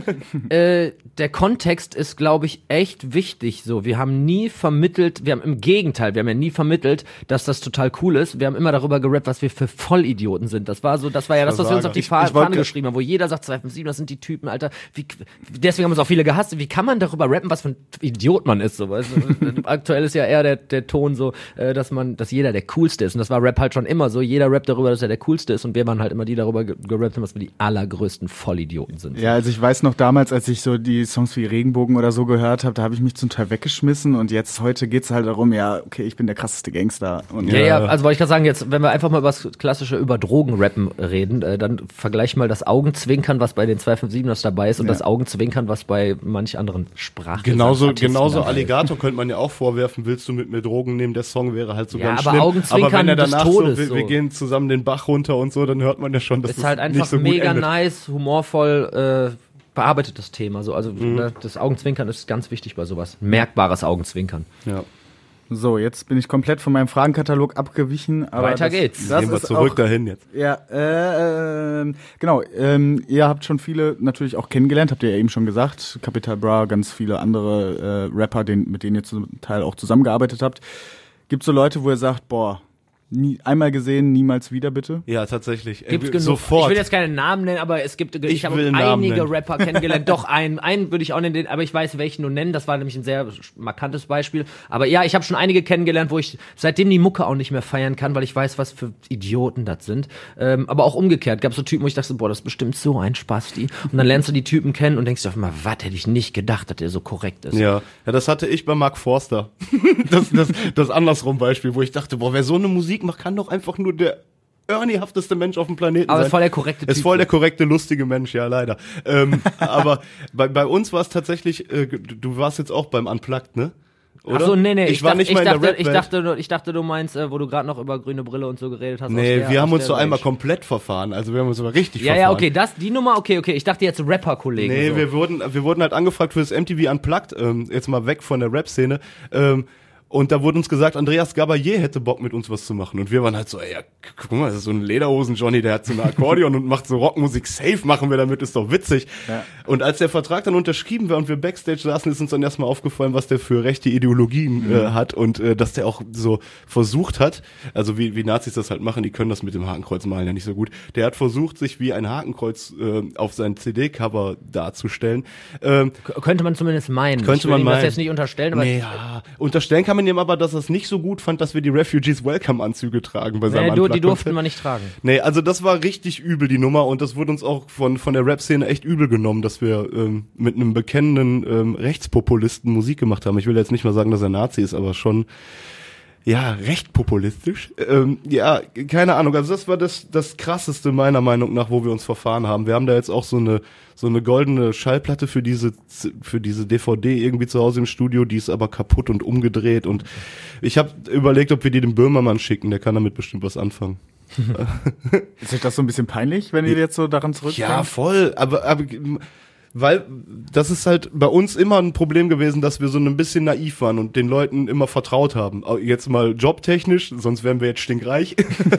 äh, der Kontext ist, glaube ich, echt wichtig. So, wir haben nie vermittelt, wir haben im Gegenteil, wir haben ja nie vermittelt, dass das total cool ist. Wir haben immer darüber gerappt, was wir für Vollidioten sind. Das war so, das war ja das, was wir uns auf die Ich- Fa- ich wollt Fahne ge- geschrieben haben, wo jeder sagt, zwei fünf sieben, das sind die Typen, Alter. Wie, deswegen haben uns auch viele gehasst. Wie kann man darüber rappen, was für ein Idiot man ist? So, weißt du? Aktuell ist ja eher der, der Ton so, äh, dass man, dass jeder der Coolste ist. Und das war Rap halt schon immer so. Jeder rappt darüber, dass er der Coolste ist. Und wir waren halt immer die darüber ge- gerappt haben, dass wir die allergrößten Vollidioten sind. sind. Ja, also ich weiß noch damals, als ich so die Songs wie Regenbogen oder so gehört habe, da habe ich mich zum Teil weggeschmissen und jetzt heute geht's halt darum, ja, okay, ich bin der krasseste Gangster. Und Ja, ja, also wollte ich gerade sagen, jetzt, wenn wir einfach mal über das klassische über Drogenrappen reden, äh, dann vergleich mal das Augenzwinkern, was bei den zwei fünf sieben ers dabei ist, und Ja. das Augenzwinkern, was bei manch anderen Sprachen Genauso, genauso Alligator könnte man ja auch vorwerfen, willst du mit mir Drogen nehmen, der Song wäre halt so Ja, ganz aber schlimm. Augenzwinkern aber wenn er des danach Todes, so, wir, so. wir gehen zusammen den Bach runter und so, dann hört man ja schon, dass ist das halt nicht einfach so gut mega endet. nice, humorvoll äh, bearbeitetes Thema. So. Also Mhm. ne, das Augenzwinkern ist ganz wichtig bei sowas. Merkbares Augenzwinkern. Ja. So, jetzt bin ich komplett von meinem Fragenkatalog abgewichen. Aber Weiter das, geht's. Das Gehen wir ist zurück auch, dahin jetzt. Ja, äh, ähm, genau. Ähm, ihr habt schon viele natürlich auch kennengelernt, habt ihr ja eben schon gesagt. Capital Bra, ganz viele andere äh, Rapper, den, mit denen ihr zum Teil auch zusammengearbeitet habt. Gibt es so Leute, wo ihr sagt, boah, nie, einmal gesehen, niemals wieder bitte? Ja, tatsächlich. Gibt's Äh, genug. Sofort. Ich will jetzt keinen Namen nennen, aber es gibt, ich, Ich habe will einen Namen einige nennen. Rapper kennengelernt. Doch, einen, einen würde ich auch nennen, aber ich weiß, welchen nur nennen. Das war nämlich ein sehr markantes Beispiel. Aber ja, ich habe schon einige kennengelernt, wo ich seitdem die Mucke auch nicht mehr feiern kann, weil ich weiß, was für Idioten das sind. Ähm, aber auch umgekehrt. Gab es so Typen, wo ich dachte, boah, das ist bestimmt so ein Spasti. Und dann lernst du die Typen kennen und denkst dir auf einmal, was hätte ich nicht gedacht, dass der so korrekt ist. Ja, ja, das hatte ich bei Mark Forster. das, das, das andersrum Beispiel, wo ich dachte, boah, wer so eine Musik macht, kann doch einfach nur der Ernie-hafteste Mensch auf dem Planeten Aber sein. ist voll der korrekte Typ. Ist voll der korrekte, lustige Mensch, ja, leider. ähm, aber bei, bei uns war es tatsächlich, äh, du warst jetzt auch beim Unplugged, ne? Oder? Ach so, nee, nee, ich, ich, war dachte, nicht ich, mal in dachte, der ich, Rap-Welt. dachte, du- ich dachte, du meinst, äh, wo du gerade noch über grüne Brille und so geredet hast. Nee, aus der, wir haben aus uns so der einmal Range. komplett verfahren. Also wir haben uns sogar richtig Ja, verfahren. ja, okay, das, die Nummer, okay, okay. Ich dachte jetzt Rapper-Kollegen. Nee, so. wir wurden, wir wurden halt angefragt für das M T V Unplugged, ähm, jetzt mal weg von der Rap-Szene. Ähm, und da wurde uns gesagt, Andreas Gabayé hätte Bock mit uns was zu machen. Und wir waren halt so, ey, ja, guck mal, das ist so ein Lederhosen-Johnny, der hat so eine Akkordeon und macht so Rockmusik, safe machen wir damit, ist doch witzig. Ja. Und als der Vertrag dann unterschrieben war und wir Backstage saßen, ist uns dann erstmal aufgefallen, was der für rechte Ideologien Mhm. äh, hat und äh, dass der auch so versucht hat, also wie, wie Nazis das halt machen, die können das mit dem Hakenkreuz malen ja nicht so gut. Der hat versucht, sich wie ein Hakenkreuz äh, auf sein C D-Cover darzustellen. Ähm, K- Könnte man zumindest meinen. Könnte ich will man ihm meinen. das jetzt nicht unterstellen, aber nee, ja. Unterstellen kann man ihm aber, dass er es nicht so gut fand, dass wir die Refugees Welcome-Anzüge tragen bei seinem nee, du, die Unplugged-Konzert. durften wir nicht tragen. Nee, also das war richtig übel, die Nummer, und das wurde uns auch von von der Rap-Szene echt übel genommen, dass wir ähm, mit einem bekennenden ähm, Rechtspopulisten Musik gemacht haben. Ich will jetzt nicht mal sagen, dass er Nazi ist, aber schon, ja, recht populistisch. Ähm, ja, keine Ahnung, also das war das das Krasseste meiner Meinung nach, wo wir uns verfahren haben. Wir haben da jetzt auch so eine so eine goldene Schallplatte für diese für diese D V D irgendwie zu Hause im Studio, die ist aber kaputt und umgedreht, und ich habe überlegt, ob wir die dem Böhmermann schicken, der kann damit bestimmt was anfangen. Ist euch das so ein bisschen peinlich, wenn ihr jetzt so daran zurückdenkt? Ja, voll, aber, aber weil das ist halt bei uns immer ein Problem gewesen, dass wir so ein bisschen naiv waren und den Leuten immer vertraut haben. Auch jetzt mal jobtechnisch, sonst wären wir jetzt stinkreich.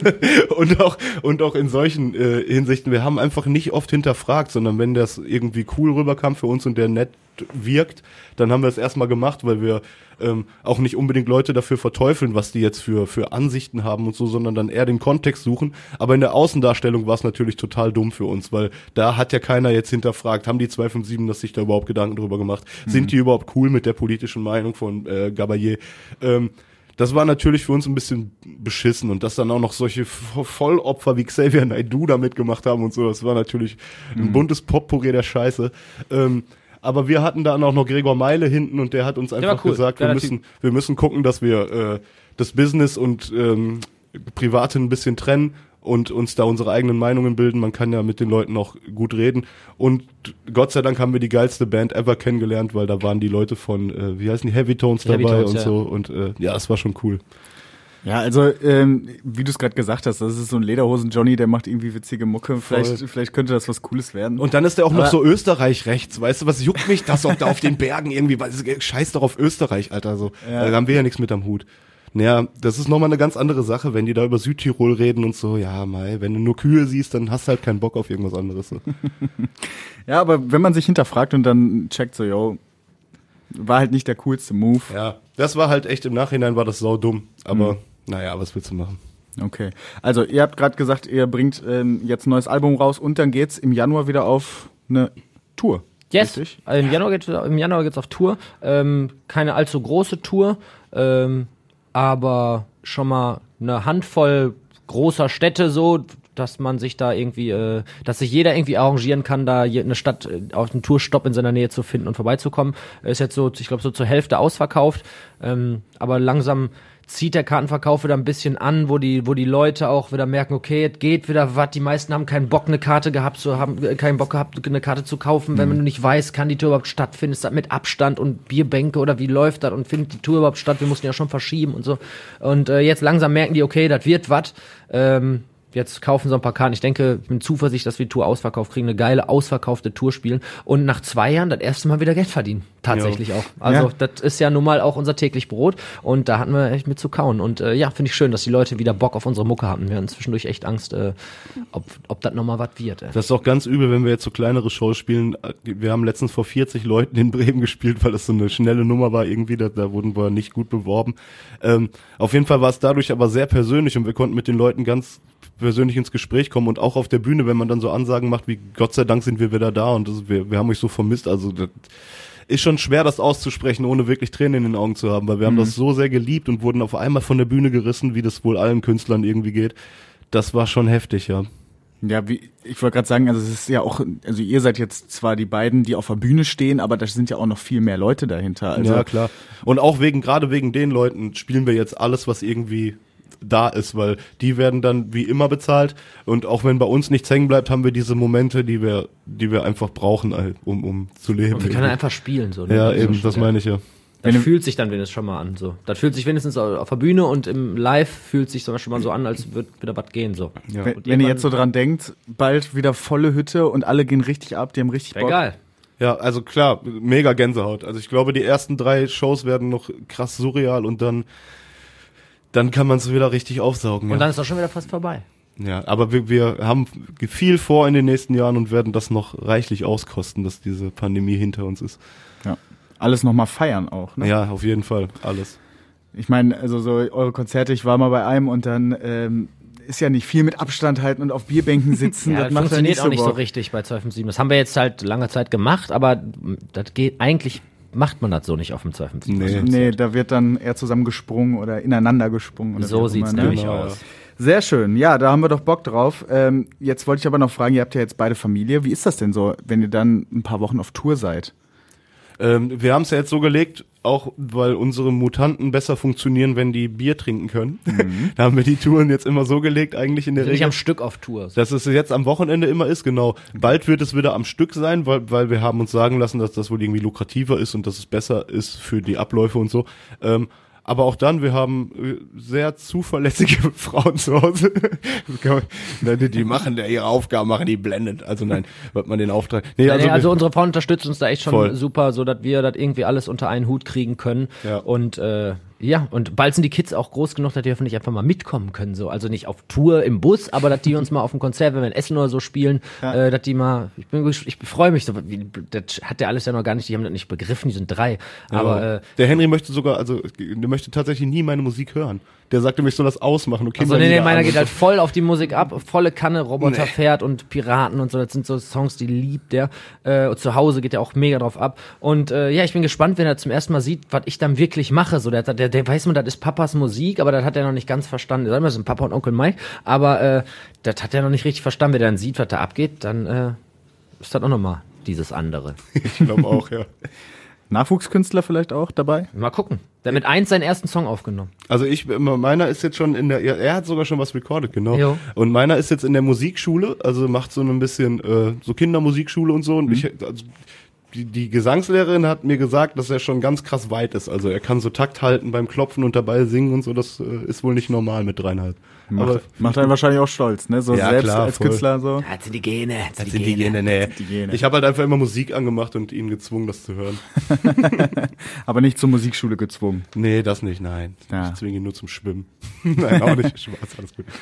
und auch und auch in solchen äh, Hinsichten, wir haben einfach nicht oft hinterfragt, sondern wenn das irgendwie cool rüberkam für uns und der nett wirkt, dann haben wir es erstmal gemacht, weil wir ähm, auch nicht unbedingt Leute dafür verteufeln, was die jetzt für für Ansichten haben und so, sondern dann eher den Kontext suchen. Aber in der Außendarstellung war es natürlich total dumm für uns, weil da hat ja keiner jetzt hinterfragt, haben die zwei fünf sieben das sich da überhaupt Gedanken drüber gemacht? Mhm. Sind die überhaupt cool mit der politischen Meinung von äh, Gabayé? Ähm, das war natürlich für uns ein bisschen beschissen, und dass dann auch noch solche Vollopfer wie Xavier Naidoo da mitgemacht haben und so, das war natürlich mhm. ein buntes Potpourri der Scheiße. Ähm, Aber wir hatten dann auch noch Gregor Meile hinten, und der hat uns einfach cool. gesagt, wir Geiler müssen, wir müssen gucken, dass wir äh, das Business und ähm, Private ein bisschen trennen und uns da unsere eigenen Meinungen bilden. Man kann ja mit den Leuten auch gut reden. Und Gott sei Dank haben wir die geilste Band ever kennengelernt, weil da waren die Leute von, äh, wie heißen die, Heavy Tones dabei Heavy Tones, und ja. so. Und äh, ja, es war schon cool. Ja, also ähm, wie du es gerade gesagt hast, das ist so ein Lederhosen-Johnny, der macht irgendwie witzige Mucke. Vielleicht, vielleicht könnte das was Cooles werden. Und dann ist der auch noch Aber- so Österreich rechts, weißt du, was juckt mich das, ob da auf den Bergen irgendwie, was, scheiß doch auf Österreich, Alter, so. Ja. Da haben wir ja nichts mit am Hut. Naja, das ist nochmal eine ganz andere Sache, wenn die da über Südtirol reden und so, ja, mei, wenn du nur Kühe siehst, dann hast du halt keinen Bock auf irgendwas anderes. So. Ja, aber wenn man sich hinterfragt und dann checkt so, yo, war halt nicht der coolste Move. Ja, das war halt echt, im Nachhinein war das sau dumm, aber naja, was willst du machen? Okay. Also ihr habt gerade gesagt, ihr bringt ähm, jetzt ein neues Album raus und dann geht's im Januar wieder auf eine Tour. Yes, Richtig? also im Januar geht's im Januar geht's auf Tour. Ähm, keine allzu große Tour, ähm, aber schon mal eine Handvoll großer Städte so. dass man sich da irgendwie, äh, dass sich jeder irgendwie arrangieren kann, da je- eine Stadt äh, auf einen Tourstopp in seiner Nähe zu finden und vorbeizukommen. Ist jetzt so, ich glaube, so zur Hälfte ausverkauft, ähm, aber langsam zieht der Kartenverkauf wieder ein bisschen an, wo die, wo die Leute auch wieder merken, okay, es geht wieder was, die meisten haben keinen Bock, eine Karte gehabt, so haben äh, keinen Bock gehabt, eine Karte zu kaufen, wenn man nicht weiß, kann die Tour überhaupt stattfinden, ist das mit Abstand und Bierbänke oder wie läuft das und findet die Tour überhaupt statt, wir mussten ja schon verschieben und so. Und äh, jetzt langsam merken die, okay, das wird was, ähm, jetzt kaufen sie ein paar Karten. Ich denke, ich bin zuversichtlich, dass wir die Tour ausverkauft kriegen, eine geile, ausverkaufte Tour spielen und nach zwei Jahren das erste Mal wieder Geld verdienen. Tatsächlich Ja. auch. Also Ja. das ist ja nun mal auch unser täglich Brot und da hatten wir echt mit zu kauen. Und äh, ja, finde ich schön, dass die Leute wieder Bock auf unsere Mucke hatten. Wir hatten zwischendurch echt Angst, äh, ob, ob das nochmal was wird. Ey. Das ist auch ganz übel, wenn wir jetzt so kleinere Shows spielen. Wir haben letztens vor vierzig Leuten in Bremen gespielt, weil das so eine schnelle Nummer war irgendwie, da, da wurden wir nicht gut beworben. Ähm, auf jeden Fall war es dadurch aber sehr persönlich und wir konnten mit den Leuten ganz persönlich ins Gespräch kommen und auch auf der Bühne, wenn man dann so Ansagen macht, wie Gott sei Dank sind wir wieder da und das, wir, wir haben euch so vermisst, also das ist schon schwer, das auszusprechen, ohne wirklich Tränen in den Augen zu haben, weil wir haben das so sehr geliebt und wurden auf einmal von der Bühne gerissen, wie das wohl allen Künstlern irgendwie geht. Das war schon heftig, ja. Ja, wie, ich wollte gerade sagen, also es ist ja auch, also ihr seid jetzt zwar die beiden, die auf der Bühne stehen, aber da sind ja auch noch viel mehr Leute dahinter. Also, Ja, klar. Und auch wegen, gerade wegen den Leuten spielen wir jetzt alles, was irgendwie da ist, weil die werden dann wie immer bezahlt und auch wenn bei uns nichts hängen bleibt, haben wir diese Momente, die wir, die wir einfach brauchen, halt, um, um zu leben. Und wir können einfach spielen. So, ne? ja, Das ist eben, schon- das meine ich ja. Das fühlt sich dann wenigstens schon mal an. So. Das fühlt sich wenigstens auf der Bühne und im Live fühlt sich zum Beispiel mal so an, als würde wieder was gehen. So. Ja. wenn, Und wenn ihr irgendwann- jetzt so dran denkt, bald wieder volle Hütte und alle gehen richtig ab, die haben richtig Wär Bock. geil. Ja, also klar, mega Gänsehaut. Also ich glaube, die ersten drei Shows werden noch krass surreal und dann, dann kann man es wieder richtig aufsaugen. Und Ja, dann ist auch schon wieder fast vorbei. ja aber wir, wir haben viel vor in den nächsten Jahren und werden das noch reichlich auskosten, dass diese Pandemie hinter uns ist. Ja. Alles nochmal feiern auch, ne? Ja, auf jeden Fall, alles. Ich meine, also so eure Konzerte, ich war mal bei einem und dann ähm, ist ja nicht viel mit Abstand halten und auf Bierbänken sitzen. Ja, das das macht funktioniert ja auch nicht so Bock. richtig bei zwölf fünf sieben. Das haben wir jetzt halt lange Zeit gemacht, aber das geht eigentlich, macht man das so nicht auf dem zwölf fünf sieben. Nee. Nee, da wird dann eher zusammengesprungen oder ineinander gesprungen. Oder wie So auch sieht's immer, ne? nämlich Genau, aus. Sehr schön. Ja, da haben wir doch Bock drauf. Ähm, jetzt wollte ich aber noch fragen, ihr habt ja jetzt beide Familie. Wie ist das denn so, wenn ihr dann ein paar Wochen auf Tour seid? Ähm, wir haben es ja jetzt so gelegt, auch weil unsere Mutanten besser funktionieren, wenn die Bier trinken können. Da haben wir die Touren jetzt immer so gelegt, eigentlich in der Nicht Regel. am Stück auf Tour. So. Dass es jetzt am Wochenende immer ist, genau. Bald wird es wieder am Stück sein, weil, weil wir haben uns sagen lassen, dass das wohl irgendwie lukrativer ist und dass es besser ist für die Abläufe und so. Ähm, aber auch dann, wir haben äh, sehr zuverlässige Frauen zu Hause. die, die machen da ihre Aufgaben, machen die blendend. Also nein, wird man den Auftrag. Nee, Also, nee, wir- also unsere Frauen unterstützen uns da echt schon Voll. super, so dass wir das irgendwie alles unter einen Hut kriegen können. Ja. Und äh, ja, und bald sind die Kids auch groß genug, dass die hoffentlich einfach mal mitkommen können. So. Also nicht auf Tour im Bus, aber dass die uns mal auf dem Konzert, wenn wir in Essen oder so spielen, äh, dass die mal, ich bin ich, ich freue mich so, wie, das hat der alles ja noch gar nicht, die haben das nicht begriffen, die sind drei. Aber äh, der Henry möchte sogar, also der möchte tatsächlich nie meine Musik hören. Der sagte, mich soll das ausmachen. Und also Kinder nee, nee, wieder meiner an geht und halt voll auf die Musik ab, volle Kanne, Roboter Nee. fährt und Piraten und so, das sind so Songs, die liebt der. Äh, und zu Hause geht er auch mega drauf ab. Und äh, ja, ich bin gespannt, wenn er zum ersten Mal sieht, was ich dann wirklich mache. So, der, der, der weiß man, das ist Papas Musik, aber das hat er noch nicht ganz verstanden. Sagen wir, das sind Papa und Onkel Mike, aber äh, das hat er noch nicht richtig verstanden. Wenn er dann sieht, was da abgeht, dann äh, ist das auch nochmal dieses andere. Ich glaube auch, ja. Nachwuchskünstler vielleicht auch dabei? Mal gucken. Der hat mit eins seinen ersten Song aufgenommen. Also ich, meiner ist jetzt schon in der, er er hat sogar schon was recorded, genau. Jo. Und meiner ist jetzt in der Musikschule, also macht so ein bisschen, äh, so Kindermusikschule und so. Und ich, also die, die Gesangslehrerin hat mir gesagt, dass er schon ganz krass weit ist. Also er kann so Takt halten beim Klopfen und dabei singen und so. Das äh, ist wohl nicht normal mit dreieinhalb. Macht, Aber macht einen wahrscheinlich auch stolz, ne? So Ja, selbst klar, als voll. Künstler so. Das sind die Gene. Das sind die Gene, nee. die Gene. Ich habe halt einfach immer Musik angemacht und ihn gezwungen, das zu hören. Aber nicht zur Musikschule gezwungen. Nee, das nicht, nein. Ja. Ich zwinge ihn nur zum Schwimmen. Nein, auch nicht. Spaß, alles gut.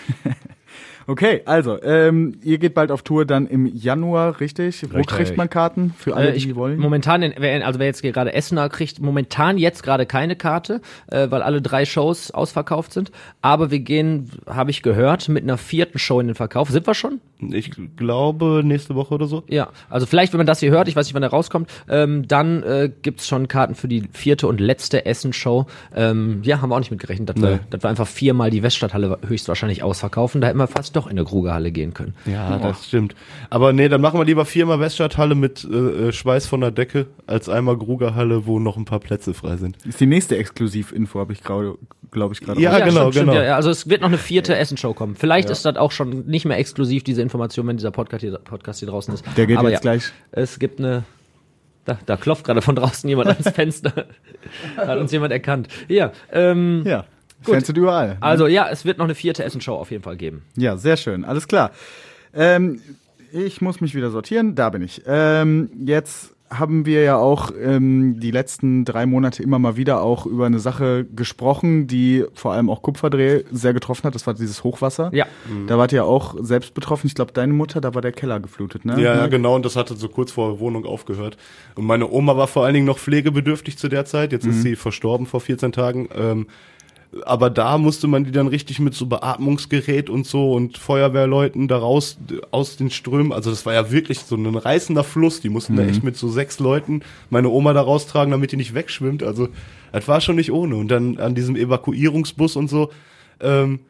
Okay, also, ähm, ihr geht bald auf Tour dann im Januar, richtig? Wo Richtig. kriegt man Karten? Für alle, Äh, ich, die wollen? Momentan, in, wer, also wer jetzt gerade Essener kriegt, momentan jetzt gerade keine Karte, äh, weil alle drei Shows ausverkauft sind. Aber wir gehen, habe ich gehört, mit einer vierten Show in den Verkauf. Sind wir schon? Ich glaube, nächste Woche oder so. Ja, also vielleicht, wenn man das hier hört, ich weiß nicht, wann der rauskommt, ähm, dann äh, gibt's schon Karten für die vierte und letzte Essen-Show. Ähm, ja, haben wir auch nicht mitgerechnet, dass, Nee. wir, dass wir einfach viermal die Weststadthalle höchstwahrscheinlich ausverkaufen. Da hätten wir fast doch in eine Krugerhalle gehen können. Ja, das stimmt. Aber nee, dann machen wir lieber viermal Weststadthalle mit äh, Schweiß von der Decke, als einmal Krugerhalle, wo noch ein paar Plätze frei sind. Ist die nächste Exklusivinfo, habe ich gerade, glaube ich, gerade. Ja, genau, stimmt, genau. Stimmt, ja. Also es wird noch eine vierte Essen-Show kommen. Vielleicht Ja. ist das auch schon nicht mehr exklusiv, diese Information, wenn dieser Podcast hier, Podcast hier draußen ist. Der geht Aber jetzt ja, gleich. Es gibt eine... Da, da klopft gerade von draußen jemand ans Fenster. Hat uns jemand erkannt. Ja, ähm, Ja, Gut. Fans sind überall. also ja, es wird noch eine vierte Essen-Show auf jeden Fall geben. Ja, sehr schön, alles klar. Ähm, ich muss mich wieder sortieren, da bin ich. Ähm, jetzt haben wir ja auch ähm, die letzten drei Monate immer mal wieder auch über eine Sache gesprochen, die vor allem auch Kupferdreh sehr getroffen hat. Das war dieses Hochwasser. Ja. Da wart ihr auch selbst betroffen. Ich glaube, deine Mutter, da war der Keller geflutet, ne? Ja, ja, genau, und das hatte so kurz vor der Wohnung aufgehört. Und meine Oma war vor allen Dingen noch pflegebedürftig zu der Zeit, jetzt ist sie verstorben vor vierzehn Tagen. Ähm, aber da musste man die dann richtig mit so Beatmungsgerät und so und Feuerwehrleuten da raus aus den Strömen, also das war ja wirklich so ein reißender Fluss, die mussten da echt mit so sechs Leuten meine Oma da raustragen, damit die nicht wegschwimmt, also das war schon nicht ohne. Und dann an diesem Evakuierungsbus und so, ähm,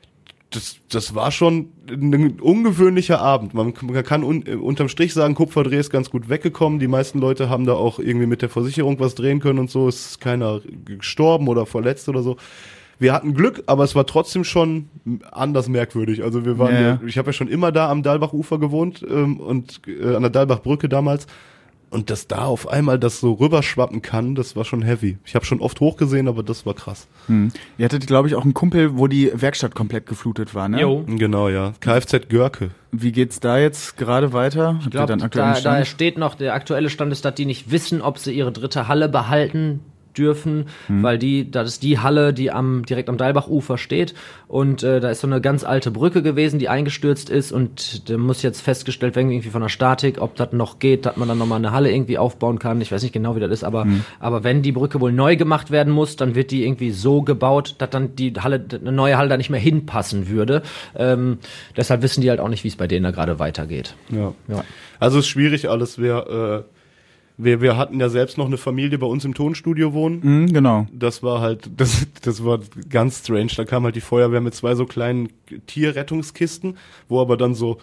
Das, das war schon ein ungewöhnlicher Abend. Man, man kann un, unterm Strich sagen, Kupferdreh ist ganz gut weggekommen. Die meisten Leute haben da auch irgendwie mit der Versicherung was drehen können und so. Es ist keiner gestorben oder verletzt oder so. Wir hatten Glück, aber es war trotzdem schon anders merkwürdig. Also wir waren, Ja, ja, ja. ich habe ja schon immer da am Dalbachufer gewohnt ähm, und äh, an der Dalbachbrücke damals. Und dass da auf einmal das so rüberschwappen kann, das war schon heavy. Ich habe schon oft hochgesehen, aber das war krass. Hm. Ihr hattet, glaube ich, auch einen Kumpel, wo die Werkstatt komplett geflutet war, ne? Jo. Genau, ja. Kfz Görke. Wie geht's da jetzt gerade weiter? Habt Ich glaube, ihr dann aktuellen da, da Stand? steht noch, der aktuelle Stand ist, dass die nicht wissen, ob sie ihre dritte Halle behalten dürfen, weil die, das ist die Halle, die am direkt am Dalbachufer steht und äh, da ist so eine ganz alte Brücke gewesen, die eingestürzt ist und da muss jetzt festgestellt werden, irgendwie von der Statik, ob das noch geht, dass man dann nochmal eine Halle irgendwie aufbauen kann. Ich weiß nicht genau, wie das ist, aber aber wenn die Brücke wohl neu gemacht werden muss, dann wird die irgendwie so gebaut, dass dann die Halle, eine neue Halle da nicht mehr hinpassen würde. Ähm, deshalb wissen die halt auch nicht, wie es bei denen da gerade weitergeht. Ja. Ja. Also es ist schwierig alles. Wir, äh, wir, wir hatten ja selbst noch eine Familie bei uns im Tonstudio wohnen. Mhm, genau. Das war halt, das, das war ganz strange. Da kam halt die Feuerwehr mit zwei so kleinen Tierrettungskisten, wo aber dann so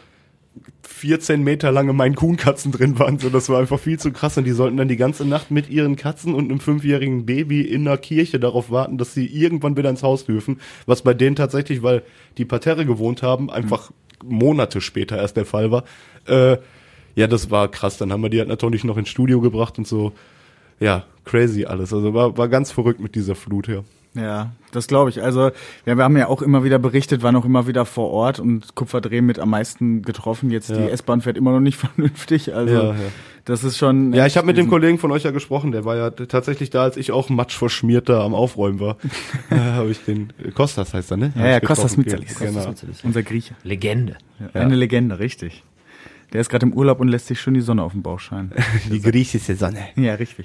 vierzehn Meter lange Maine-Coon-Katzen drin waren. So, das war einfach viel zu krass. Und die sollten dann die ganze Nacht mit ihren Katzen und einem fünfjährigen Baby in der Kirche darauf warten, dass sie irgendwann wieder ins Haus dürfen. Was bei denen tatsächlich, weil die Parterre gewohnt haben, einfach Monate später erst der Fall war. Äh, ja, das war krass. Dann haben wir die halt natürlich noch ins Studio gebracht und so. Ja, crazy alles. Also war, war ganz verrückt mit dieser Flut, ja. Ja, das glaube ich. Also wir, wir haben ja auch immer wieder berichtet, waren auch immer wieder vor Ort und Kupferdreh mit am meisten getroffen. Jetzt Ja. die S-Bahn fährt immer noch nicht vernünftig. Also Ja, ja. das ist schon. Ja, ich habe mit dem diesen- Kollegen von euch ja gesprochen, der war ja tatsächlich da, als ich auch matschverschmiert da am Aufräumen war. äh, habe ich den, Kostas heißt er, ne? Ja, Hab ja, ich Kostas getroffen. Mitzalis. Genau. Kostas Mitzalis. Unser Grieche. Legende. Ja. Eine Legende, richtig. Der ist gerade im Urlaub und lässt sich schön die Sonne auf den Bauch scheinen. Die griechische Sonne. Ja, richtig.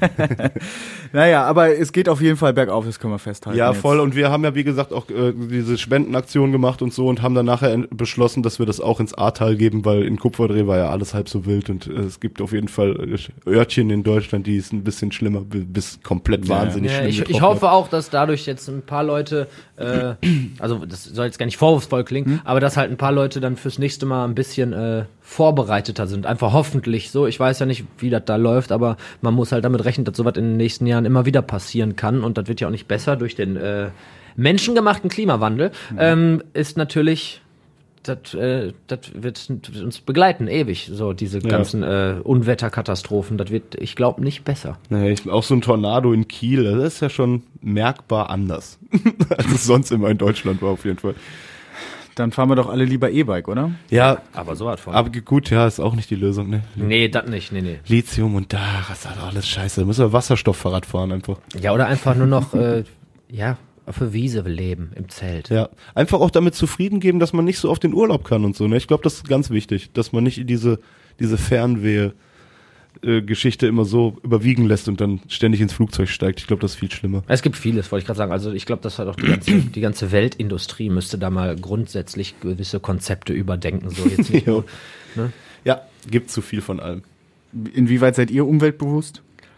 Naja, aber es geht auf jeden Fall bergauf, das können wir festhalten. Ja, jetzt. voll. Und wir haben ja, wie gesagt, auch äh, diese Spendenaktion gemacht und so und haben dann nachher en- beschlossen, dass wir das auch ins Ahrtal geben, weil in Kupferdreh war ja alles halb so wild und äh, es gibt auf jeden Fall äh, Örtchen in Deutschland, die ist ein bisschen schlimmer, bi- bis komplett Ja, wahnsinnig Ja, schlimm ich, ich getroffen hoffe hat. auch, dass dadurch jetzt ein paar Leute, äh, also das soll jetzt gar nicht vorwurfsvoll klingen, aber dass halt ein paar Leute dann fürs nächste Mal ein bisschen äh, vorbereiteter sind. Einfach hoffentlich so. Ich weiß ja nicht, wie das da läuft, aber man muss halt damit rechnen, dass sowas in den nächsten Jahren immer wieder passieren kann und das wird ja auch nicht besser durch den äh, menschengemachten Klimawandel. Ähm, ist natürlich... Das, äh, das wird uns begleiten, ewig, so diese Ja. ganzen äh, Unwetterkatastrophen. Das wird, ich glaube, nicht besser. Nee, ich, auch so ein Tornado in Kiel, das ist ja schon merkbar anders, als es sonst immer in Deutschland war auf jeden Fall. Dann fahren wir doch alle lieber E-Bike, oder? Ja, Aber so hat von. aber gut, ja, ist auch nicht die Lösung, ne? Nee, das nicht, nee, nee. Lithium und da, das ist halt alles scheiße. Da müssen wir Wasserstofffahrrad fahren einfach. Ja, oder einfach nur noch, äh, ja, auf der Wiese leben, im Zelt. Ja, einfach auch damit zufrieden geben, dass man nicht so oft in Urlaub kann und so. Ne? Ich glaube, das ist ganz wichtig, dass man nicht diese diese Fernweh-Geschichte immer so überwiegen lässt und dann ständig ins Flugzeug steigt. Ich glaube, das ist viel schlimmer. Es gibt vieles, wollte ich gerade sagen. Also ich glaube, das hat auch die ganze, die ganze Weltindustrie müsste da mal grundsätzlich gewisse Konzepte überdenken. So jetzt nicht nur, ne? Ja, gibt zu viel von allem. Inwieweit seid ihr umweltbewusst?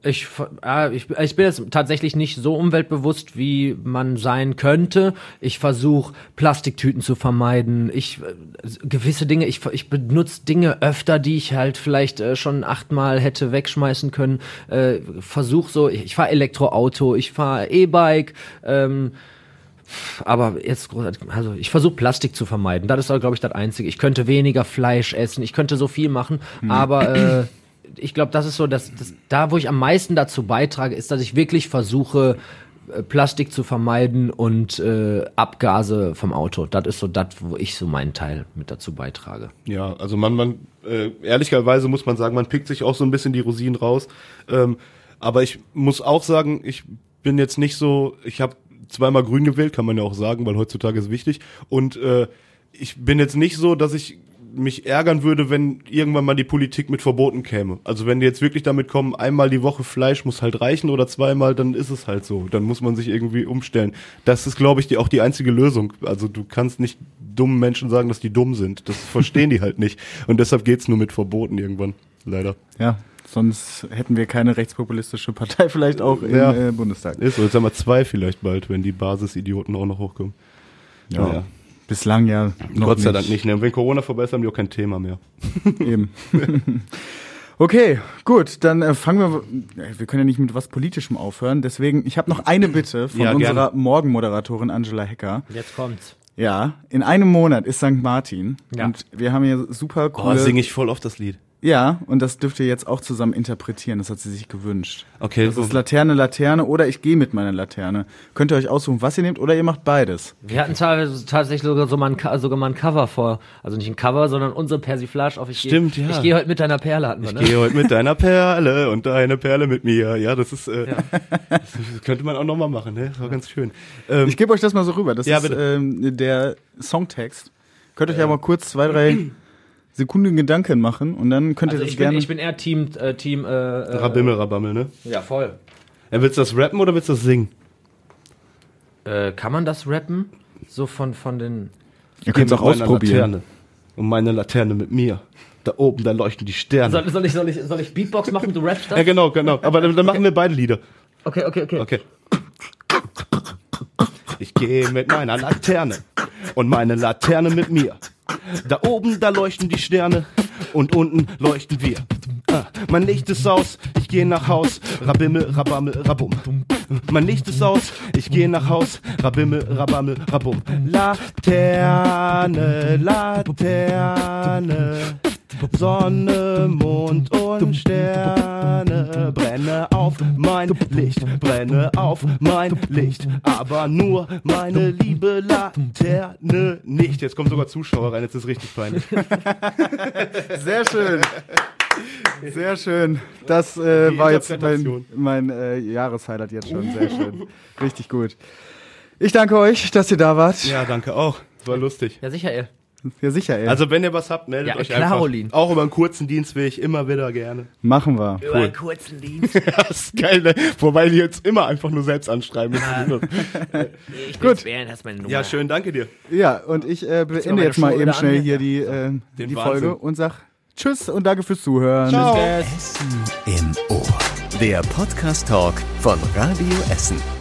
Ich, äh, ich, ich bin jetzt tatsächlich nicht so umweltbewusst, wie man sein könnte. Ich versuche, Plastiktüten zu vermeiden. Ich äh, gewisse Dinge, ich, ich benutze Dinge öfter, die ich halt vielleicht äh, schon achtmal hätte wegschmeißen können. Äh, versuche so, ich, ich fahre Elektroauto, ich fahre E-Bike, ähm, aber jetzt großartig, also ich versuche Plastik zu vermeiden. Das ist, glaube ich, das Einzige. Ich könnte weniger Fleisch essen, ich könnte so viel machen, hm. aber äh, ich glaube, das ist so, dass, dass da, wo ich am meisten dazu beitrage, ist, dass ich wirklich versuche, äh, Plastik zu vermeiden und äh, Abgase vom Auto. Das ist so das, wo ich so meinen Teil mit dazu beitrage. Ja, also man, man äh, ehrlicherweise muss man sagen, man pickt sich auch so ein bisschen die Rosinen raus. Ähm, aber ich muss auch sagen, ich bin jetzt nicht so, ich habe zweimal grün gewählt, kann man ja auch sagen, weil heutzutage ist wichtig. Und äh, ich bin jetzt nicht so, dass ich mich ärgern würde, wenn irgendwann mal die Politik mit Verboten käme. Also wenn die jetzt wirklich damit kommen, einmal die Woche Fleisch muss halt reichen oder zweimal, dann ist es halt so. Dann muss man sich irgendwie umstellen. Das ist, glaube ich, die, auch die einzige Lösung. Also du kannst nicht dummen Menschen sagen, dass die dumm sind. Das verstehen die halt nicht. Und deshalb geht's nur mit Verboten irgendwann. Leider. Ja, sonst hätten wir keine rechtspopulistische Partei vielleicht auch im ja. äh, Bundestag. Ist so, jetzt haben wir zwei vielleicht bald, wenn die Basisidioten auch noch hochkommen. Ja. ja. Bislang ja noch Gott sei nicht. Dank nicht. Ne? Und wenn Corona vorbei ist, haben die auch kein Thema mehr. Eben. Okay, gut, dann äh, fangen wir, wir können ja nicht mit was Politischem aufhören, deswegen, ich habe noch eine Bitte von ja, unserer Morgenmoderatorin Angela Hecker. Jetzt kommt's. Ja, in einem Monat ist Sankt Martin ja. und wir haben hier super Oh, coole... singe ich voll oft das Lied. Ja, und das dürft ihr jetzt auch zusammen interpretieren, das hat sie sich gewünscht. Okay. Das so ist Laterne, Laterne oder ich gehe mit meiner Laterne. Könnt ihr euch aussuchen, was ihr nehmt oder ihr macht beides. Wir hatten tatsächlich sogar, so mal ein, sogar mal ein Cover vor, also nicht ein Cover, sondern unsere Persiflage auf Ich Stimmt, geh, ja. Ich gehe heute mit deiner Perle, hatten wir, Ich ne? gehe heute mit deiner Perle und deine Perle mit mir. Ja, das ist, äh, Ja. das könnte man auch nochmal machen, ne? Das war ganz schön. Ähm, Ich gebe euch das mal so rüber, das Ja, ist bitte. ähm, der Songtext. Könnt ihr euch ja mal kurz zwei, drei Sekunden Gedanken machen und dann könnt ihr Also das ich bin, gerne... ich bin eher Team, äh, Team, äh, äh, Rabimmel, Rabammel, ne? Ja, voll. Ja, willst du das rappen oder willst du das singen? Äh, kann man das rappen? So von, von den... Ihr könnt es auch Geh mit meiner ausprobieren. Laterne. Und meine Laterne mit mir. Da oben, da leuchten die Sterne. Soll, soll, ich, soll, ich, soll ich Beatbox machen, du rappst das? Ja, genau, genau. Aber dann, dann machen wir beide Lieder. Okay, okay, okay. Okay. Ich gehe mit meiner Laterne und meine Laterne mit mir. Da oben, da leuchten die Sterne und unten leuchten wir. Ah, mein Licht ist aus, ich gehe nach Haus, Rabimmel, Rabammel, Rabum. Mein Licht ist aus, ich gehe nach Haus, Rabimmel, Rabammel, Rabum. Laterne, Laterne, Sonne, Mond und Sterne. Brenne auf mein Licht, brenne auf mein Licht, aber nur meine liebe Laterne nicht. Jetzt kommen sogar Zuschauer rein, jetzt ist es richtig peinlich. Sehr schön. Sehr schön. Das äh, Die war jetzt mein, Interpretation. mein äh, Jahreshighlight jetzt schon. Sehr schön. Richtig gut. Ich danke euch, dass ihr da wart. Ja, danke auch. Es war lustig. Ja, sicher, ey. Ja, sicher, ey. Also wenn ihr was habt, meldet Ja, euch klar, einfach. Olin. Auch über einen kurzen Dienst will ich immer wieder gerne. Machen wir. Über einen kurzen Dienst. Das ist geil, ne? Wobei die jetzt immer einfach nur selbst anschreiben müssen. Ich Gut. Bären, hast meine Nummer. Ja, schön, danke dir. Ja, und ich äh, mal beende meine jetzt mal Schuhe eben wieder schnell an? hier Ja. die, äh, Den die Wahnsinn. Folge und sag Tschüss und danke fürs Zuhören. Ciao. Essen im Ohr. Der Podcast-Talk von Radio Essen.